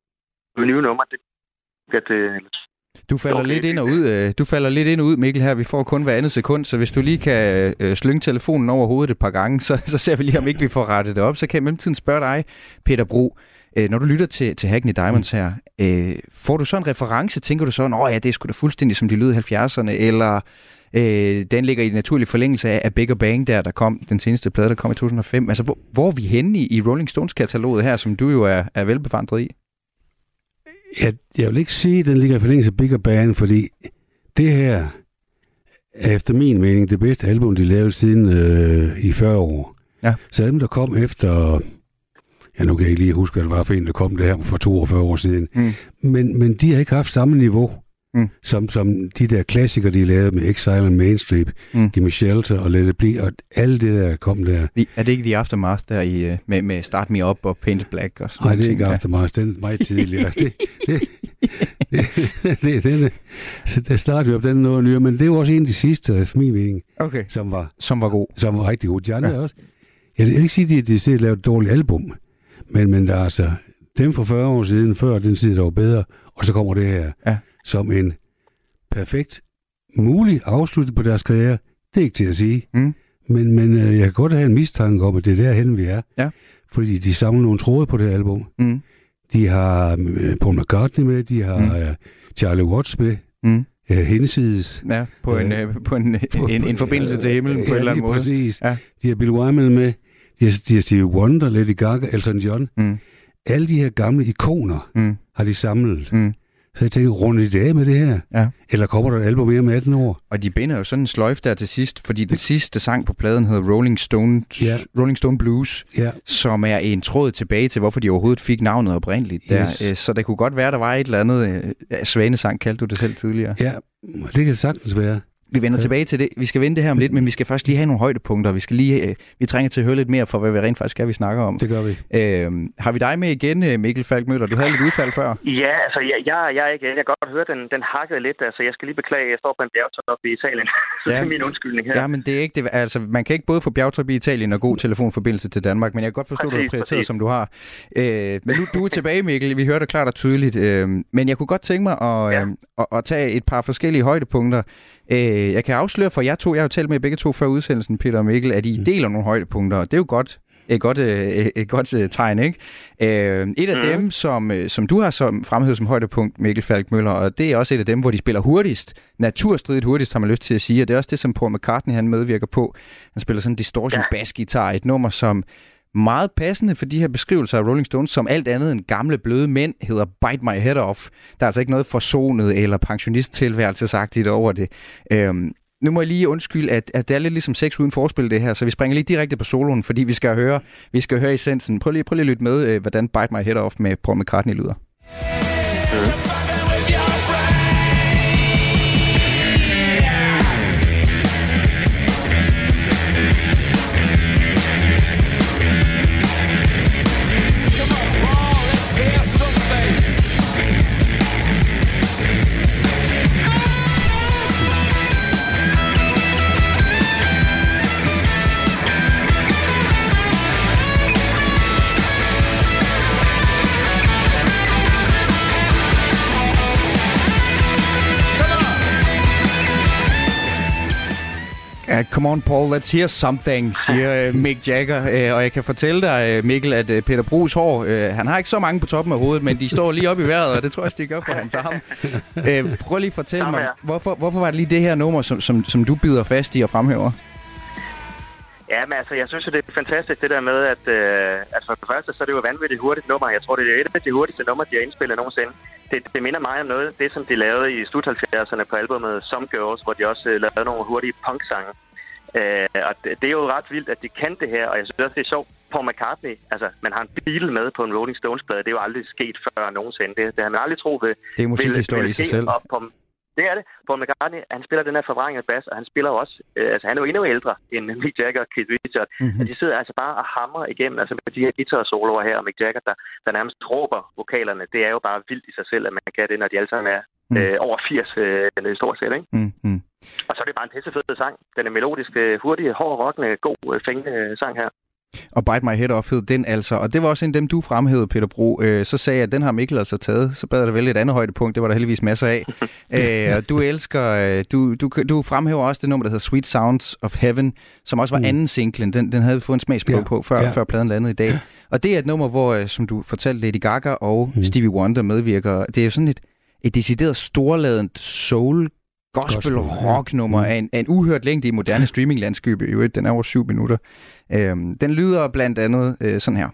nye nummer, det, det, Du falder, okay. lidt ind og ud, øh, du falder lidt ind og ud, Mikkel, her. Vi får kun hver andet sekund, så hvis du lige kan øh, slynge telefonen over hovedet et par gange, så, så ser vi lige, om ikke vi får rettet det op. Så kan jeg i mellemtiden spørge dig, Peter Bro, øh, når du lytter til, til Hackney Diamonds her, øh, får du så en reference? Tænker du så, åh ja, det er sgu da fuldstændig som de lød i halvfjerdserne, eller øh, den ligger i naturlig forlængelse af, af Bigger Bang, der, der kom, den seneste plade, der kom i to tusind og fem. Altså, hvor, hvor er vi henne i, i Rolling Stones-kataloget her, som du jo er, er velbevandret i? Jeg, jeg vil ikke sige, at den ligger i forlængelse af Bigger Bang, fordi det her er efter min mening det bedste album, de lavede siden øh, i fyrre år. Ja. Så dem, der kom efter... Ja, nu kan jeg ikke lige huske, at det var for en, der kom det her for toogfyrre år siden. Mm. Men, men de har ikke haft samme niveau, mm. som, som de der klassikere, de lavede med Exile and Mainstream, mm. Gimme Shelter og Let It Be, og alle det der kom der. The, er det ikke The Aftermath der i, med, med Start Me Up og Painted Black? Og sådan Nej, det er ikke der. Aftermath, den er meget tidligere. det, det, det, det, den, der startede vi op, den er noget nyere, men det var også en af de sidste, for min mening, okay. som, var, som var god. Som var rigtig god. De andre ja. også. Jeg vil ikke sige, at de, de lavede et dårligt album, men, men der er altså dem for fyrre år siden, før den side, der var bedre, og så kommer det her ja. som en perfekt mulig afslutning på deres karriere. Det er ikke til at sige. Mm. Men, men øh, jeg kan godt have en mistanke om, at det er derhen, vi er. Ja. Fordi de samler nogle tråde på det her album. Mm. De har øh, Paul McCartney med, de har mm. øh, Charlie Watts med, mm. øh, hensides. Ja, på en, øh, på en, på, en, en forbindelse til himlen øh, på ja, en eller anden måde. Præcis. Ja. De har Bill Wyman med, de har, de har Stevie Wonder, Lady Gaga, Elton John. Mm. Alle de her gamle ikoner mm. har de samlet. Mm. Så jeg tænker, runder de det af med det her? Ja. Eller kommer der et album mere med atten år? Og de binder jo sådan en sløjf der til sidst, fordi den sidste sang på pladen hedder Rolling Stone, ja. Rolling Stone Blues, ja. som er en tråd tilbage til, hvorfor de overhovedet fik navnet oprindeligt. Der. Yes. Så det kunne godt være, der var et eller andet svanesang, kaldte du det selv tidligere. Ja, det kan sagtens være. Vi vender ja. tilbage til det. Vi skal vende det her om lidt, men vi skal først lige have nogle højdepunkter. Vi skal lige, øh, vi trænger til at høre lidt mere for, hvad vi rent faktisk skal, vi snakker om. Det gør vi. Øh, har vi dig med igen, Mikkel Falkmøller? Du havde lidt udfald før. Ja, altså, jeg, jeg, jeg er ikke. Jeg kan godt høre, den, den hakkede lidt, altså jeg skal lige beklage, jeg står på en bjergtop i Italien. Så ja. det er min undskyldning her. Ja, men det er ikke det. Altså, man kan ikke både få bjergtop i Italien og god telefonforbindelse til Danmark, men jeg kan godt forstå, at du er prioriteret, som du har. Øh, men nu du er tilbage, Mikkel. Vi hører dig klart og tydeligt. Øh, men jeg kunne godt tænke mig at, ja. øh, at, at tage et par forskellige højdepunkter. Øh, jeg kan afsløre for jer to, jeg har jo talt med begge to før udsendelsen, Peter og Mikkel, at I mm. deler nogle højdepunkter, og det er jo godt. Et godt, et, et godt tegn, ikke? Øh, et af mm. dem, som, som du har som fremhævet som højdepunkt, Mikkel Falkmøller, og det er også et af dem, hvor de spiller hurtigst. Naturstridigt hurtigst, har man lyst til at sige, og det er også det, som Paul McCartney han medvirker på. Han spiller sådan en distortion ja. bassgitar, et nummer, som meget passende for de her beskrivelser af Rolling Stones, som alt andet end gamle bløde mænd, hedder Bite My Head Off. Der er altså ikke noget forsonet eller pensionisttilværelsesagtigt over det. Øhm, nu må jeg lige undskylde, at, at det er lidt ligesom sex uden forspil det her, så vi springer lige direkte på soloen, fordi vi skal høre, vi skal høre essensen. Prøv lige, prøv lige at lytte med, øh, hvordan Bite My Head Off med Paul McCartney lyder. Mm. Uh, come on, Paul, let's hear something, siger uh, Mick Jagger. Uh, og jeg kan fortælle dig, uh, Mikkel, at uh, Peter Brugs hår, uh, han har ikke så mange på toppen af hovedet, men de står lige oppe i vejret, og det tror jeg, de gør på hans arm. Uh, prøv lige at fortælle mig, hvorfor, hvorfor var det lige det her nummer, som, som, som du bider fast i og fremhæver? Ja, men altså, jeg synes, det er fantastisk det der med, at, øh, at for det første, så er det jo vanvittigt hurtigt nummer. Jeg tror, det er et af de hurtigste numre, de har indspillet nogensinde. Det, det minder mig om noget, det som de lavede i slut halvfjerdserne på albumet Some Girls, hvor de også øh, lavede nogle hurtige punk-sange. Øh, og det, det er jo ret vildt, at de kan det her, og jeg synes også, det er sjovt. Paul McCartney, altså, man har en Beatle med på en Rolling Stones-plade. Det er jo aldrig sket før nogensinde. Det, det har man aldrig troet ved. Det er musikhistorie i sig selv. Det er det. Paul McCartney, han spiller den her forvrængede bas, og han spiller også, øh, altså han er jo endnu ældre end Mick Jagger og Keith Richards. Mm-hmm. Og de sidder altså bare og hamrer igennem, altså med de her guitar-soloer her, og Mick Jagger, der, der nærmest råber vokalerne. Det er jo bare vildt i sig selv, at man kan det, når de alle sammen er øh, over firs øh, stort set, ikke? Mm-hmm. Og så er det bare en pissefed sang. Den er melodisk, hurtig, hård, rockende, god, fængende sang her. Og Bite My Head Off hed den altså. Og det var også en af dem, du fremhævede, Peter Bro. Øh, så sagde jeg, at den har Mikkel altså taget. Så bad jeg dig vælge et andet højdepunkt. Det var der heldigvis masser af. øh, og du elsker... Du, du, du fremhæver også det nummer, der hedder Sweet Sounds of Heaven, som også var mm. anden singlen. Den, den havde vi fået en smagsprøve ja. på, før, ja. før pladen landede i dag. Og det er et nummer, hvor, som du fortalte, Lady Gaga og mm. Stevie Wonder medvirker. Det er jo sådan et, et decideret storladent soul gospel-rock-nummer af en, af en uhørt længde i moderne streaminglandskab. Jo, den er over syv minutter. Øhm, den lyder blandt andet øh, sådan her.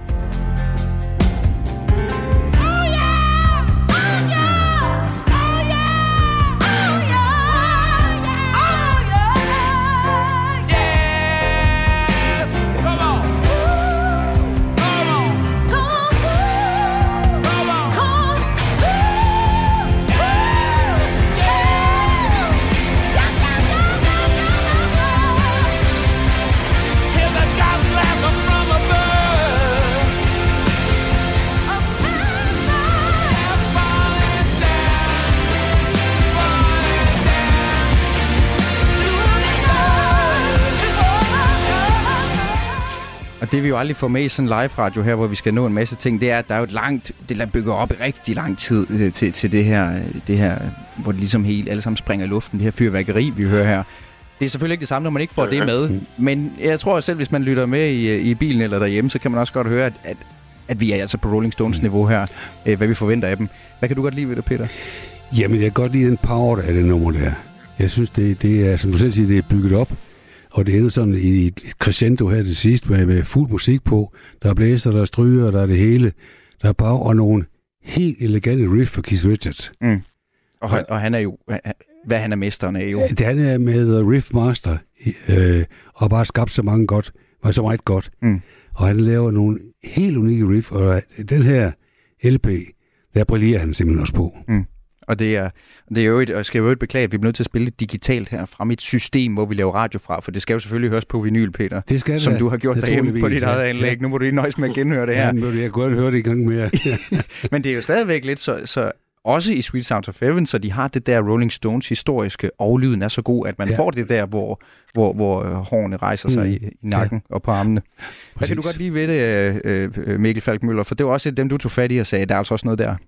Og det vi jo aldrig får med i sådan en live-radio her, hvor vi skal nå en masse ting, det er, at der er jo et langt, det er bygget op i rigtig lang tid øh, til, til det her, det her, hvor det ligesom helt alle sammen springer i luften, det her fyrværkeri, vi hører her. Det er selvfølgelig ikke det samme, når man ikke får det med, men jeg tror selv, hvis man lytter med i, i bilen eller derhjemme, så kan man også godt høre, at, at, at vi er altså på Rolling Stones-niveau her, øh, hvad vi forventer af dem. Hvad kan du godt lide ved det, Peter? Jamen, jeg kan godt lide den power af det nummer der. Jeg synes, det, det er, som du selv siger, det er bygget op. Og det ender sådan i et crescendo her til sidst, med, med fuld musik på. Der er blæser, der er stryger, der er det hele. Der er bare og nogle helt elegante riff for Keith Richards. Mm. Og, han, og han er jo, hvad han er mesteren af jo. Det han er med Riff Master, øh, og bare skabt så mange godt, var så meget godt. Mm. Og han laver nogle helt unikke riff, og den her L P, der brillerer han simpelthen også på. Mm. Og det er, det er jo et, og jeg skal jo beklage, at vi er nødt til at spille det digitalt her fra mit system, hvor vi laver radio fra, for det skal jo selvfølgelig høres på vinyl, Peter. Det skal det. Som du har gjort derhjemme på dit eget anlæg. Ja. Nu må du lige nøjes med at genhøre det her. Ja, men jeg kunne godt høre det i gang mere. Men det er jo stadigvæk lidt så, så også i Sweet Sounds of Heaven, så de har det der Rolling Stones historiske, og lyden er så god, at man ja. får det der, hvor, hvor, hvor hårene rejser sig mm. i, i nakken ja. og på armene. Præcis. Hvad kan du godt lide ved det, Mikkel Falkmøller? For det var også et dem, du tog fat i og sagde, der er altså også noget der.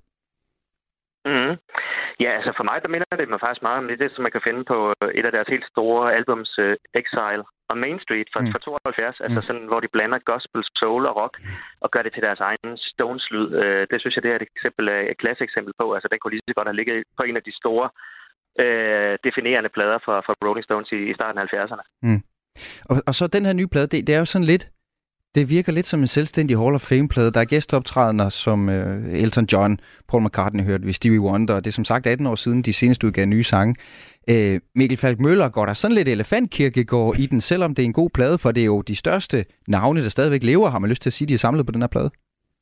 Mm. Ja, altså for mig, der minder det mig faktisk meget om det, som man kan finde på et af deres helt store albums, uh, Exile og Main Street fra, mm. fra tooghalvfjerds, mm. altså sådan, hvor de blander gospel, soul og rock og gør det til deres egen Stones-lyd. Uh, det synes jeg, det er et eksempel, et klasseeksempel på. Altså, den kunne lige så godt have ligget på en af de store uh, definerende plader for, for Rolling Stones i, i starten af halvfjerdserne. Mm. Og, og så den her nye plade, det, det er jo sådan lidt, det virker lidt som en selvstændig Hall of Fame-plade. Der er gæsteoptrædener som uh, Elton John, Paul McCartney hørte vi, Stevie Wonder, og det er som sagt atten år siden, de seneste udgav nye sange. Uh, Mikkel Falkmøller, går der sådan lidt elefantkirkegård i den, selvom det er en god plade, for det er jo de største navne, der stadigvæk lever, har man lyst til at sige, de er samlet på den her plade?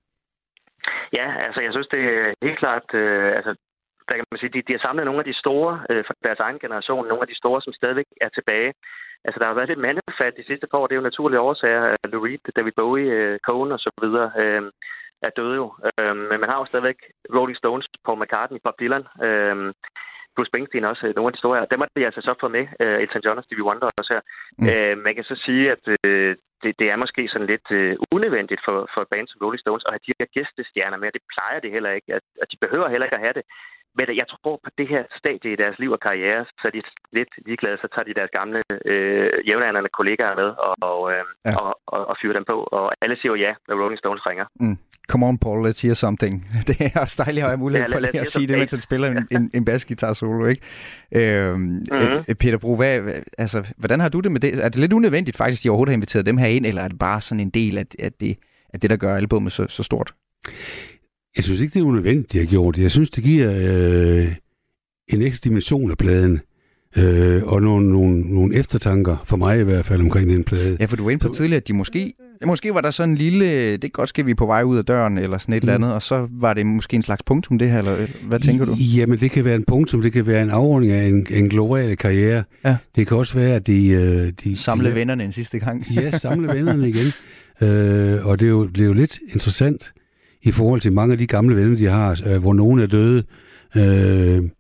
Ja, altså jeg synes, det er helt klart, øh, altså der kan man sige, de, de har samlet nogle af de store øh, fra deres egen generation, nogle af de store, som stadigvæk er tilbage. Altså, der har været lidt mandefald de sidste par år. Det er jo naturlige årsager. Lou Reed, David Bowie, uh, Cohen og så videre uh, er døde jo. Uh, men man har jo stadigvæk Rolling Stones, Paul McCartney, Bob Dylan, uh, Bruce Springsteen også, nogle af de store her. Dem har de altså så fået med, uh, Elton John og Stevie Wonder også her. Mm. Uh, man kan så sige, at uh, det, det er måske sådan lidt uh, unødvendigt for, for et band som Rolling Stones at have de her gæstestjerner med. Det plejer det heller ikke. At, at de behøver heller ikke at have det. Men jeg tror på det her stadie i deres liv og karriere, så er de lidt ligeglade, så tager de deres gamle øh, jævnaldrende kollegaer med og, og, øh, ja. og, og, og fyrer dem på. Og alle siger jo ja, når Rolling Stones ringer. Mm. Come on, Paul, let's hear something. Det er også dejligt at have mulighed for ja, at sige det, mens han spiller en, en, en basgitar solo, ikke? Øhm, mm-hmm. Peter Bro, hvad, altså, hvordan har du det med det? Er det lidt unødvendigt faktisk, at de overhovedet har inviteret dem her ind, eller er det bare sådan en del af, af, det, af det, der gør albumet så, så stort? Jeg synes ikke, det er unødvendigt, de har gjort det. Jeg synes, det giver øh, en ekstra dimension af pladen. Øh, og nogle, nogle, nogle eftertanker, for mig i hvert fald, omkring den plade. Ja, for du var inde på tidligere, at de måske... Måske var der sådan en lille... Det er godt, skal vi på vej ud af døren, eller sådan et mm. eller andet, og så var det måske en slags punktum, det her, eller hvad tænker du? Jamen, det kan være en punktum, det kan være en afrunding af en, en global karriere. Ja. Det kan også være, at de... de samle de, vennerne en sidste gang. Ja, samle vennerne igen. Øh, og det er, jo, det er jo lidt interessant i forhold til mange af de gamle venner, de har, øh, hvor nogen er døde. Øh,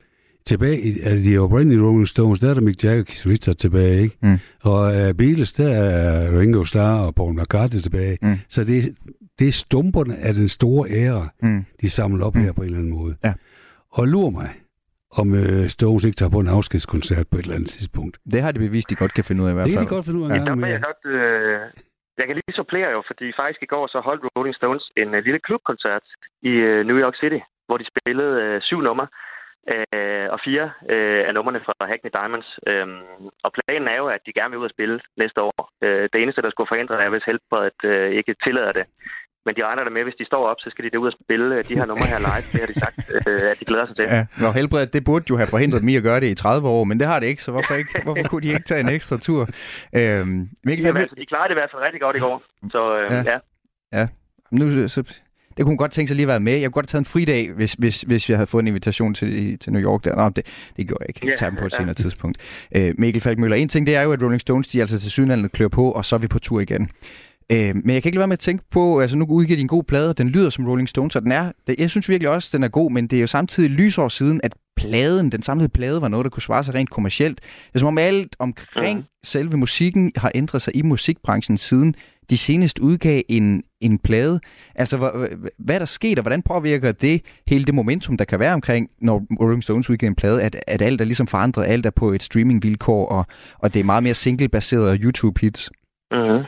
tilbage i altså de oprindelige Rolling Stones, der er der Mick Jagger og Keith Richards tilbage, ikke? Mm. Og uh, Beatles, der er Ringo Starr og Paul McCartney tilbage. Mm. Så det, det er stumperne af den store ære, mm. de samler op mm. her på en eller anden måde. Ja. Og lurer mig, om uh, Stones ikke tager på en afskedskoncert på et eller andet tidspunkt. Det har de bevist, de godt kan finde ud af i hvert fald. Det kan de godt finde ud af. Ja, der vil jeg godt... Øh... Jeg kan lige supplere jo, fordi faktisk i går så holdt Rolling Stones en uh, lille klubkoncert i uh, New York City, hvor de spillede uh, syv numre, uh, og fire uh, af numrene fra Hackney Diamonds. Um, og planen er jo, at de gerne vil ud og spille næste år. Uh, det eneste, der skulle forhindre, er, hvis helbredet uh, ikke tillader det. Men de regner der med, hvis de står op, så skal de derud og spille uh, de her numre her live. Det har de sagt, uh, at de glæder sig til. Ja, og helbredet, det burde jo have forhindret dem i at gøre det i tredive år, men det har det ikke, så hvorfor, ikke, hvorfor kunne de ikke tage en ekstra tur? Øhm, Mikkel, Jamen, altså, de klarede det i hvert fald rigtig godt i går. Så uh, ja. ja. Ja, nu så... Det kunne godt tænke sig lige at være med. Jeg kunne godt have taget en fridag, hvis, hvis, hvis jeg havde fået en invitation til, til New York. Der. Nå, det, det gjorde jeg ikke. Jeg tager dem på et senere ja. tidspunkt. Øh, Mikkel Falkmøller, en ting det er jo, at Rolling Stones, de altså til sydenlandet klør på, og så er vi på tur igen. Øh, men jeg kan ikke lade være med at tænke på, altså nu udgiver de en god plade, den lyder som Rolling Stones, og den er, det, jeg synes virkelig også, den er god, men det er jo samtidig lysår siden, at pladen, den samlede plade, var noget, der kunne svare sig rent kommercielt. Det er som om alt omkring mm. selve musikken har ændret sig i musikbranchen siden de senest udgav en, en plade. Altså, hvad, hvad er der sket, og hvordan påvirker det hele det momentum, der kan være omkring, når Rolling Stones udgiver en plade, at, at alt er ligesom forandret, alt er på et streamingvilkår, og, og det er meget mere single-baseret YouTube-hits? Mm.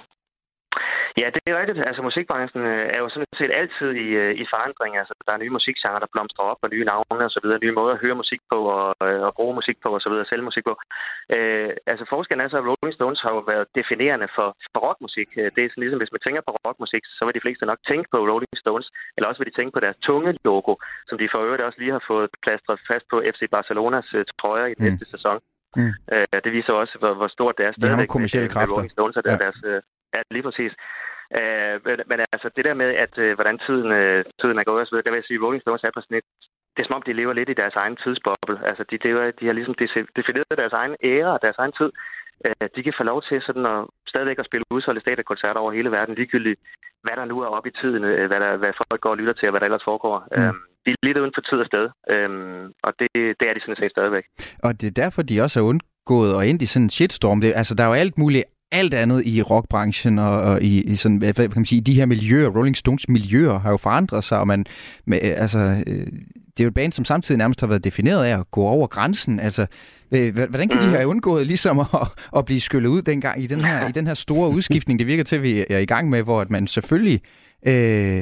Ja, det er rigtigt. Altså, musikbranchen er jo sådan set altid i, i forandring. Altså, der er nye musikgenre, der blomstrer op, og nye navne og så videre, nye måder at høre musik på, og, og bruge musik på, og så videre, sælge musik på. Øh, altså, forskellen er så, at Rolling Stones har jo været definerende for, for rockmusik. Det er sådan ligesom, hvis man tænker på rockmusik, så vil de fleste nok tænke på Rolling Stones, eller også vil de tænke på deres tunge logo, som de for øvrigt også lige har fået plastret fast på F C Barcelonas uh, trøjer i næste mm. sæson. Mm. Øh, det viser også, hvor, hvor stort det er stadigvæk. Det har kommercielle kræfter. Rolling Stones, og ja. deres... Uh, ja, lige præcis. Uh, men, men altså det der med, at uh, hvordan tiden, uh, tiden er gået, så der vil jeg sige, Rolling Stones er på sådan et, det er som om, de lever lidt i deres egen tidsboble. Altså de, de, de har ligesom defineret deres egen ære og deres egen tid. Uh, de kan få lov til sådan at stadigvæk at spille udsolgte stadionkoncerter over hele verden, ligegyldigt hvad der nu er oppe i tiden, uh, hvad, der, hvad folk går og lytter til, og hvad der ellers foregår. Mm. Uh, de er lidt uden for tid og sted, uh, og det, det er de sådan set stadigvæk. Og det er derfor, de også er undgået og endt i sådan en shitstorm. Det, altså der er jo alt muligt alt andet i rockbranchen og, og i, i sådan, hvad kan man sige, de her miljøer, Rolling Stones miljøer har jo forandret sig, og man, med, altså, det er jo et band, som samtidig nærmest har været defineret af at gå over grænsen. Altså, hvordan kan de have undgået ligesom at, at blive skyllet ud dengang i den her, i den her store udskiftning? Det virker til, at vi er i gang med, hvor at man selvfølgelig øh,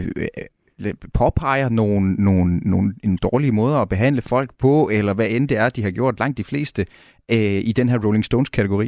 øh, påpeger nogle, nogle, nogle en dårlige måder at behandle folk på, eller hvad end det er, de har gjort langt de fleste øh, i den her Rolling Stones-kategori.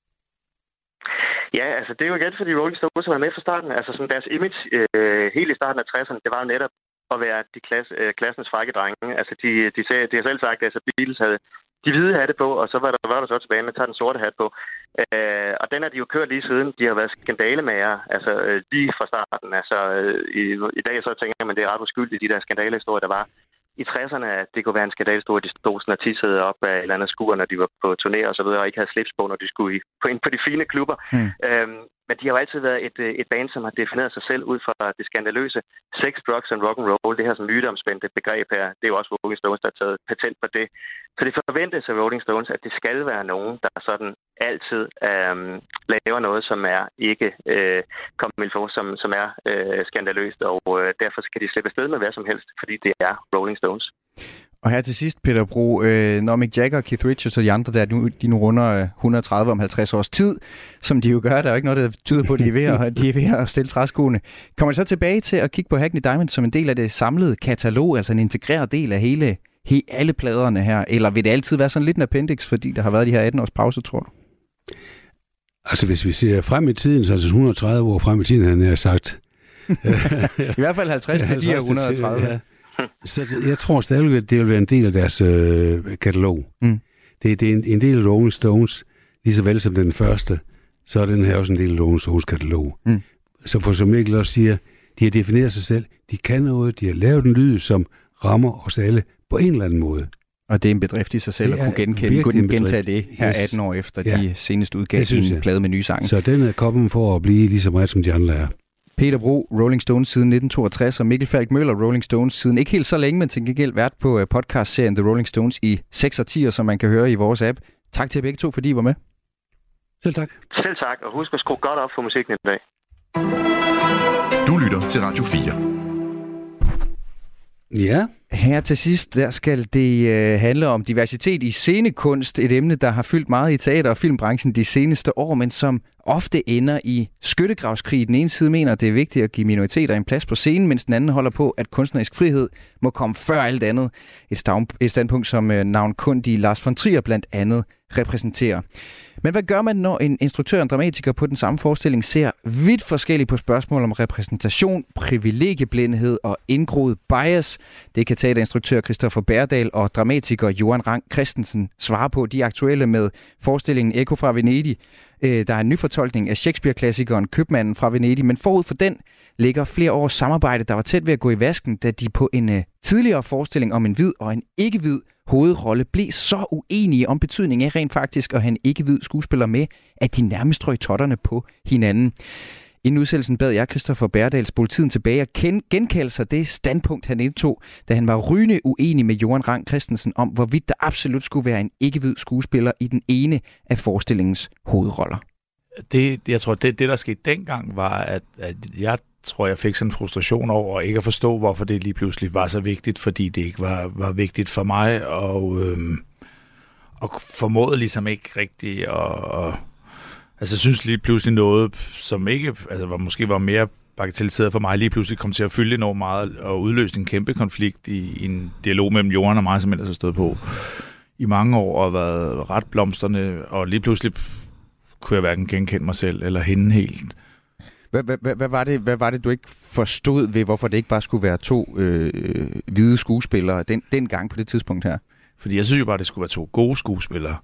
Ja, altså det er jo igen, fordi Rolling Stones var med fra starten. Altså sådan deres image øh, helt i starten af tresserne, det var netop at være de klasse, øh, klassens frække drenge. Altså de, de, sagde, de har selv sagt, at altså, Beatles havde de hvide hatte på, og så var der, var der så tilbage med at tage den sorte hat på. Øh, og den har de jo kørt lige siden. De har været skandalemager, altså øh, lige fra starten. Altså øh, i, i dag så tænker man, det er ret uskyldigt, de der skandalehistorier, der var i tresserne, at det kunne være en skandalhistorie, de stod sådan og tissede op af et eller andet skur, når de var på turné og så videre, og ikke havde slips på, når de skulle på ind på de fine klubber. Mm. Øhm, men de har jo altid været et, et band, som har defineret sig selv ud fra det skandaløse. Sex, drugs and rock and roll, det her sådan myteomspændte begreb her, det er jo også Rolling Stones, der har taget patent på det. Så det forventes af Rolling Stones, at det skal være nogen, der sådan altid øhm, laver noget, som er ikke øh, kommet for, som, som er øh, skandaløst, og øh, derfor skal de slippe afsted med hvad som helst, fordi det er Rolling Stones. Og her til sidst, Peter Bro, øh, når Mick Jagger, Keith Richards og de andre der, nu, de nu runder et hundrede og tredive om halvtreds års tid, som de jo gør, der er jo ikke noget, der tyder på, at de er ved at, de er ved at stille træskoene. Kommer de så tilbage til at kigge på Hackney Diamonds som en del af det samlede katalog, altså en integreret del af hele, he, alle pladerne her, eller vil det altid være sådan lidt en appendix, fordi der har været de her atten års pause, tror du? Altså hvis vi ser frem i tiden, så er det et hundrede og tredive år frem i tiden, han har sagt. I hvert fald halvtreds til de her et hundrede og tredive. Ja. Så jeg tror stadigvæk, at det vil være en del af deres øh, katalog. Mm. Det, det er en, en del af Rolling Stones, lige så vel som den første, så er den her også en del af Rolling Stones katalog. Mm. Så for som Mikkel også siger, de har defineret sig selv, de kan noget, de har lavet en lyd, som rammer os alle på en eller anden måde. Og det er en bedrift i sig selv at kunne genkende, kunne gentage det her atten år efter, ja. De senest udgav en plade med nye sange. Så den er kommet for at blive lige så meget, som de andre er. Peter Bro, Rolling Stones siden nitten toogtres, og Mikkel Falk Møller, Rolling Stones siden ikke helt så længe, men til gengæld vært på podcastserien The Rolling Stones i seks og ti, som man kan høre i vores app. Tak til begge to, fordi I var med. Selv tak. Selv tak, og husk at skrue godt op for musikken i dag. Du lytter til Radio fire. Ja. Her til sidst, der skal det øh, handle om diversitet i scenekunst. Et emne, der har fyldt meget i teater- og filmbranchen de seneste år, men som ofte ender i skyttegravskrig. Den ene side mener, at det er vigtigt at give minoriteter en plads på scenen, mens den anden holder på, at kunstnerisk frihed må komme før alt andet. Et, stavn, et standpunkt, som øh, navnkundige Lars von Trier blandt andet repræsenterer. Men hvad gør man, når en instruktør og en dramatiker på den samme forestilling ser vidt forskelligt på spørgsmål om repræsentation, privilegieblindhed og indgroet bias? Det kan teaterinstruktør Christoffer Bærdal og dramatiker Johan Rang Christensen svare på. De er aktuelle med forestillingen Ekko fra Venedig. Der er en ny fortolkning af Shakespeare-klassikeren Købmanden fra Venedig, men forud for den ligger flere års samarbejde, der var tæt ved at gå i vasken, da de på en tidligere forestilling om en hvid og en ikke-hvid hovedrolle blev så uenige om betydningen af rent faktisk at have en ikke-hvid skuespiller med, at de nærmest røg totterne på hinanden. Inden udsendelsen bad jeg Christoffer Bærdal spole tiden tilbage og genkalde sig det standpunkt, han indtog, da han var rygende uenig med Johan Rang Christensen om, hvorvidt der absolut skulle være en ikke-hvid skuespiller i den ene af forestillingens hovedroller. Det, jeg tror, det, det der skete dengang, var, at, at jeg tror, jeg fik sådan en frustration over ikke at forstå, hvorfor det lige pludselig var så vigtigt, fordi det ikke var, var vigtigt for mig, og, øhm, og formåede ligesom ikke rigtigt at... at altså, jeg synes lige pludselig noget, som ikke, altså, var, måske var mere bagatelliseret for mig, lige pludselig kom til at fylde enormt meget og udløste en kæmpe konflikt i, i en dialog mellem Johan og mig, som ellers har stået på i mange år og været ret blomstrende, og lige pludselig kunne jeg hverken genkende mig selv eller hende helt. Hvad, hvad, hvad, var det, hvad var det, du ikke forstod ved, hvorfor det ikke bare skulle være to øh, hvide skuespillere den, den gang på det tidspunkt her? Fordi jeg synes jo bare, det skulle være to gode skuespillere.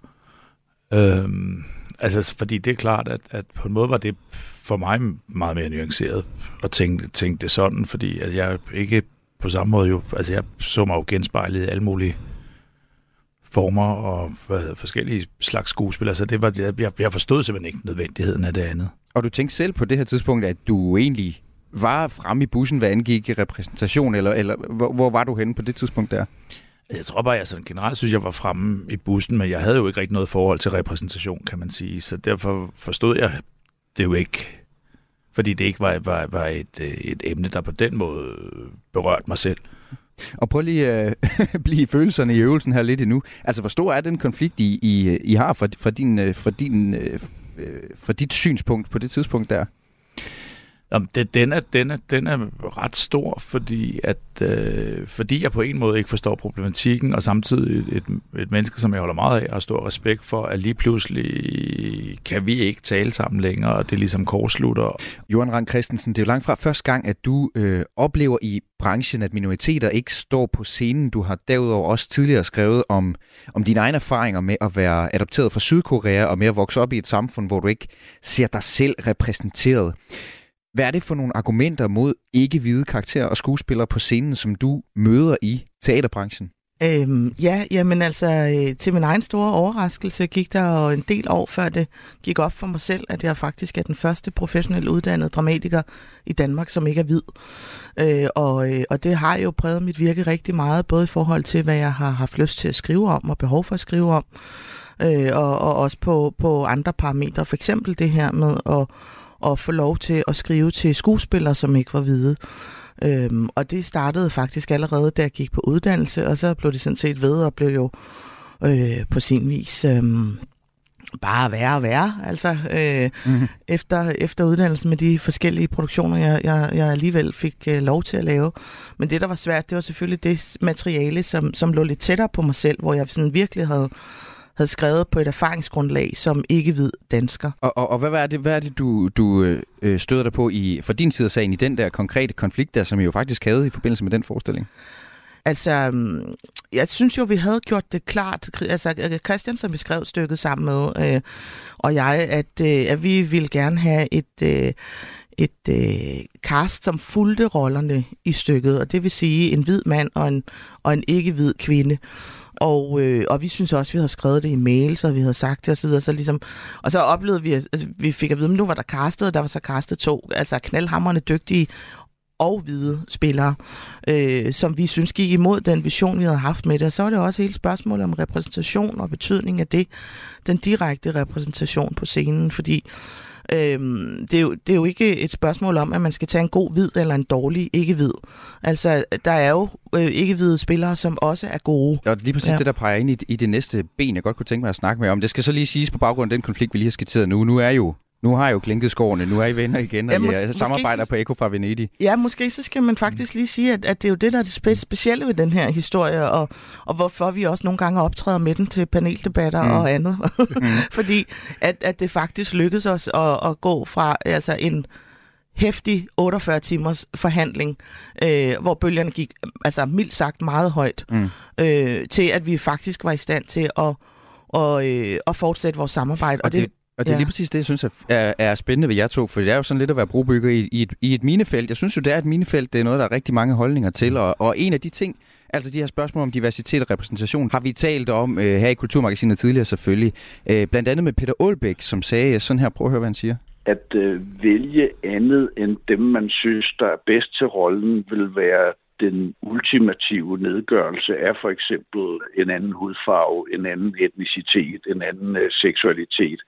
Øhm, altså, fordi det er klart, at, at på en måde var det for mig meget mere nuanceret at tænke, tænke det sådan, fordi at jeg ikke på samme måde jo, altså jeg så mig jo genspejlet i alle mulige former og hvad hedder, forskellige slags skuespillere, så det var, jeg, jeg forstod simpelthen ikke nødvendigheden af det andet. Og du tænkte selv på det her tidspunkt, at du egentlig var fremme i bussen, hvad angik repræsentation, eller, eller hvor, hvor var du henne på det tidspunkt der? Jeg tror bare, jeg sådan generelt synes, jeg var fremme i bussen, men jeg havde jo ikke rigtig noget forhold til repræsentation, kan man sige. Så derfor forstod jeg det jo ikke, fordi det ikke var, var, var et, et emne, der på den måde berørte mig selv. Og prøv lige at uh, blive følelserne i øvelsen her lidt endnu. Altså, hvor stor er den konflikt, I, I, I har fra, fra, din, fra, din, fra dit synspunkt på det tidspunkt der? Jamen, det, den, er, den, er, den er ret stor, fordi, at, øh, fordi jeg på en måde ikke forstår problematikken, og samtidig et, et, et menneske, som jeg holder meget af, og har stor respekt for, at lige pludselig kan vi ikke tale sammen længere, og det er ligesom kortslutter. Johan Rang Christensen, det er jo langt fra første gang, at du øh, oplever i branchen, at minoriteter ikke står på scenen. Du har derudover også tidligere skrevet om, om dine egne erfaringer med at være adopteret fra Sydkorea, og med at vokse op i et samfund, hvor du ikke ser dig selv repræsenteret. Hvad er det for nogle argumenter mod ikke-hvide karakterer og skuespillere på scenen, som du møder i teaterbranchen? Øhm, ja, jamen altså, øh, til min egen store overraskelse gik der jo en del år, før det gik op for mig selv, at jeg faktisk er den første professionelt uddannede dramatiker i Danmark, som ikke er hvid. Øh, og, øh, og det har jo præget mit virke rigtig meget, både i forhold til, hvad jeg har haft lyst til at skrive om og behov for at skrive om, øh, og, og også på, på andre parametre. For eksempel det her med at og få lov til at skrive til skuespillere, som ikke var hvide. Øhm, og det startede faktisk allerede, da jeg gik på uddannelse, og så blev det sådan set ved, og blev jo øh, på sin vis øh, bare værre og værre, altså øh, mm-hmm. efter, efter uddannelsen med de forskellige produktioner, jeg, jeg, jeg alligevel fik øh, lov til at lave. Men det, der var svært, det var selvfølgelig det materiale, som, som lå lidt tættere på mig selv, hvor jeg sådan virkelig havde havde skrevet på et erfaringsgrundlag som ikke-hvid dansker. Og, og, og hvad er det, hvad er det du, du øh, støder dig på i, fra din side af sagen i den der konkrete konflikt, der som I jo faktisk havde i forbindelse med den forestilling? Altså, jeg synes jo, vi havde gjort det klart, altså Christian, som vi skrev stykket sammen med, øh, og jeg, at, øh, at vi ville gerne have et, øh, et øh, cast, som fulgte rollerne i stykket, og det vil sige en hvid mand og en, og en ikke-hvid kvinde. Og, øh, og vi synes også, at vi havde skrevet det i mails, og vi havde sagt det, og så videre. Så ligesom, og så oplevede vi, at altså, vi fik at vide, at nu var der castet, og der var så castet to, altså knaldhamrende dygtige og hvide spillere, øh, som vi synes gik imod den vision, vi havde haft med det. Og så var det også hele spørgsmålet om repræsentation og betydning af det, den direkte repræsentation på scenen, fordi Øhm, det, er jo, det er jo ikke et spørgsmål om, at man skal tage en god hvid eller en dårlig ikke-hvid. Altså, der er jo øh, ikke-hvide spillere, som også er gode. Og lige præcis ja. det, der peger ind i, i det næste ben, jeg godt kunne tænke mig at snakke med om. Det skal så lige siges på baggrund af den konflikt, vi lige har skitseret nu. Nu er jo Nu har jeg jo klinket skårene, nu er I venner igen, og ja, mås- jeg samarbejder på Eko fra Venedig. Ja, måske så skal man faktisk lige sige, at, at det er jo det, der er det spe- specielle ved den her historie, og, og hvorfor vi også nogle gange optræder med den til paneldebatter mm. og andet. mm. Fordi at, at det faktisk lykkedes os at, at gå fra altså en heftig otteogfyrre timers forhandling, øh, hvor bølgerne gik altså mildt sagt meget højt, mm. øh, til at vi faktisk var i stand til at, og, øh, at fortsætte vores samarbejde. Og, og det, det Og det er ja. lige præcis det, jeg synes er, er spændende ved jer to, for det er jo sådan lidt at være brobygger i, i, et, i et minefelt. Jeg synes jo, det er et minefelt, det er noget, der er rigtig mange holdninger til, og, og en af de ting, altså de her spørgsmål om diversitet og repræsentation, har vi talt om øh, her i Kulturmagasinet tidligere selvfølgelig. Øh, blandt andet med Peter Aalbæk, som sagde sådan her, prøv at høre, hvad han siger. At øh, vælge andet end dem, man synes, der er bedst til rollen, vil være den ultimative nedgørelse af for eksempel en anden hudfarve, en anden etnicitet, en anden øh, seksualitet.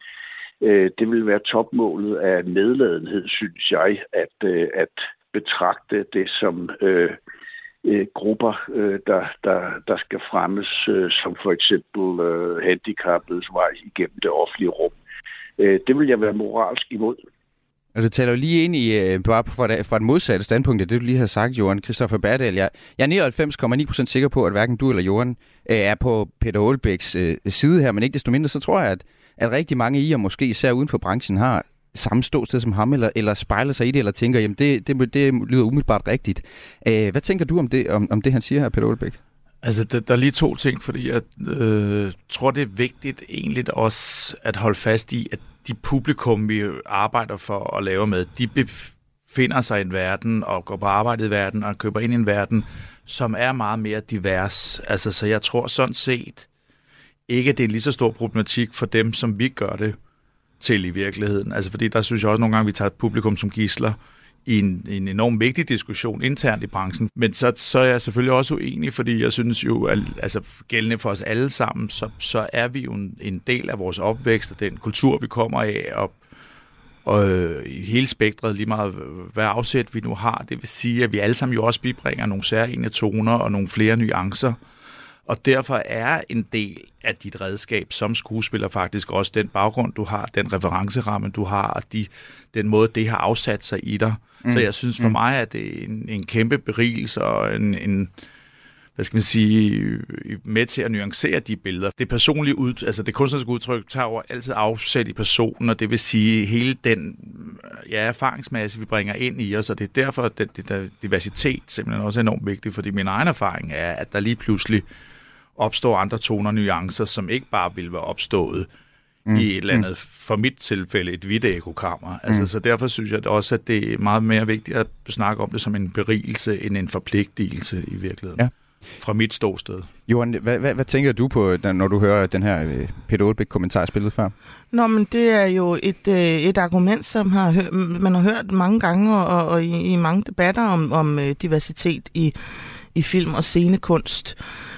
Det vil være topmålet af nedladenhed, synes jeg, at, at betragte det som øh, øh, grupper, øh, der, der, der skal fremmes, øh, som for eksempel øh, handicappedes vej igennem det offentlige rum. Øh, det vil jeg være moralsk imod. Og det taler jo lige ind i, bare fra et, fra et modsatte standpunkt, det du lige har sagt, Johan Christoffer Berdahl. Jeg, jeg er nioghalvfems komma ni procent sikker på, at hverken du eller Johan øh, er på Peter Aalbæks øh, side her, men ikke desto mindre, så tror jeg, at at rigtig mange i, og måske især uden for branchen, har samme ståsted som ham, eller, eller spejler sig i det, eller tænker, jamen det, det, det lyder umiddelbart rigtigt. Æh, hvad tænker du om det, om, om det han siger her, Peter Aalbæk? Altså, der, der er lige to ting, fordi jeg øh, tror, det er vigtigt egentlig også at holde fast i, at de publikum, vi arbejder for at lave med, de befinder sig i en verden, og går på arbejde i verden, og køber ind i en verden, som er meget mere divers. Altså, så jeg tror sådan set, ikke, at det er en lige så stor problematik for dem, som vi gør det til i virkeligheden. Altså, fordi der synes jeg også nogle gange, vi tager et publikum som gidsler i en, en enormt vigtig diskussion internt i branchen. Men så, så er jeg selvfølgelig også uenig, fordi jeg synes jo, at altså, gældende for os alle sammen, så, så er vi jo en, en del af vores opvækst og den kultur, vi kommer af, og, og øh, i hele spektret, lige meget hvad afsæt vi nu har. Det vil sige, at vi alle sammen jo også bibringer nogle særegne toner og nogle flere nuancer. Og derfor er en del af dit redskab som skuespiller faktisk også den baggrund, du har, den referenceramme, du har, og de, den måde, det har afsat sig i dig. Mm. Så jeg synes for mm. mig, at det er en, en kæmpe berigelse og en, en, hvad skal man sige, med til at nuancere de billeder. Det personlige ud, altså det kunstneriske udtryk tager jo altid afsæt i personen, og det vil sige hele den ja, erfaringsmasse, vi bringer ind i os, og det er derfor, at den, den diversitet simpelthen også er enormt vigtig, fordi min egen erfaring er, at der lige pludselig opstår andre toner og nuancer, som ikke bare ville være opstået mm. i et eller andet, mm. for mit tilfælde, et hvidt ekokammer. Altså, mm. Så derfor synes jeg også, at det er meget mere vigtigt at snakke om det som en berigelse, end en forpligtelse i virkeligheden. Ja. Fra mit ståsted. Johan, hvad, hvad, hvad tænker du på, når du hører den her Peter Aalbæk-kommentar spillet før? Nå, men det er jo et, et argument, som har hør, man har hørt mange gange, og, og i, i mange debatter om, om diversitet i i film og scenekunst.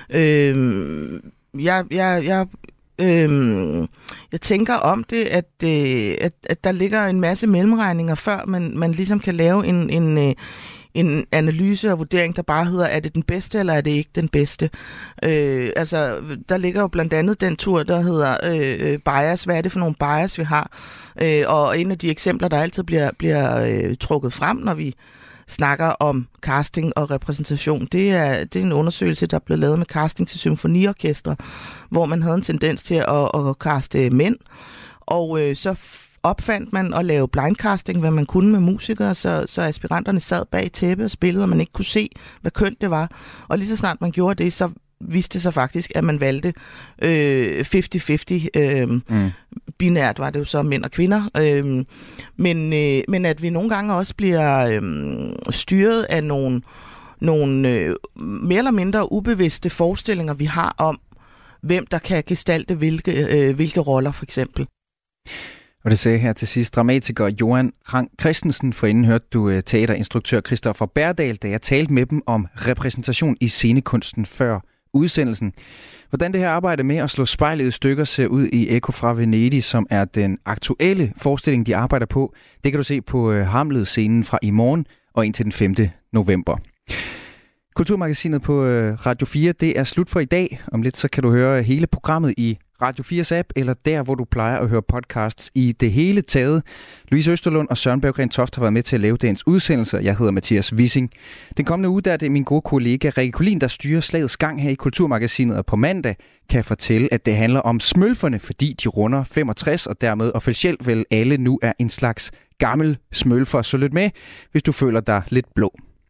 Øhm, jeg, jeg, jeg, øhm, jeg tænker om det, at, øh, at, at der ligger en masse mellemregninger, før man, man ligesom kan lave en, en, en analyse og vurdering, der bare hedder, er det den bedste, eller er det ikke den bedste? Øh, altså, der ligger jo blandt andet den tur, der hedder øh, bias. Hvad er det for nogle bias, vi har? Øh, og en af de eksempler, der altid bliver, bliver øh, trukket frem, når vi snakker om casting og repræsentation. Det er, det er en undersøgelse, der blev lavet med casting til symfoniorkestre, hvor man havde en tendens til at, at caste mænd, og øh, så opfandt man at lave blindcasting, hvad man kunne med musikere, så, så aspiranterne sad bag tæppe og spillede, og man ikke kunne se, hvad køn det var. Og lige så snart man gjorde det, så viste det sig faktisk, at man valgte øh, halvtreds halvtreds. Øh, mm. Binært var det jo så mænd og kvinder. Øh, men, øh, men at vi nogle gange også bliver øh, styret af nogle, nogle øh, mere eller mindre ubevidste forestillinger, vi har om, hvem der kan gestalte hvilke, øh, hvilke roller, for eksempel. Og det sagde her til sidst dramatiker Johan Rang Christensen. Forinden hørte du teaterinstruktør Christoffer Berdal, da jeg talte med dem om repræsentation i scenekunsten før udsendelsen. Hvordan det her arbejde med at slå spejlet i stykker ser ud i Ekko fra Venedig, som er den aktuelle forestilling, de arbejder på, det kan du se på Hamlet-scenen fra i morgen og indtil den femte november. Kulturmagasinet på Radio fire, det er slut for i dag. Om lidt så kan du høre hele programmet i Radio fires app, eller der, hvor du plejer at høre podcasts i det hele taget. Louise Østerlund og Søren Berggren Toft har været med til at lave dagens udsendelse. Jeg hedder Mathias Wissing. Den kommende uge, der er det min gode kollega Rikke Collin, der styrer slagets gang her i Kulturmagasinet, og på mandag kan jeg fortælle, at det handler om smølferne, fordi de runder femogtres, og dermed officielt vel alle nu er en slags gammel smølfer. Så lyt med, hvis du føler dig lidt blå.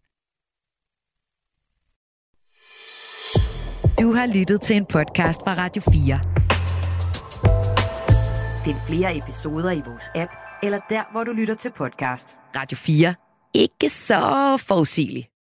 Du har lyttet til en podcast fra Radio fire. Find flere episoder i vores app, eller der, hvor du lytter til podcast. Radio fire. Ikke så forudsigeligt.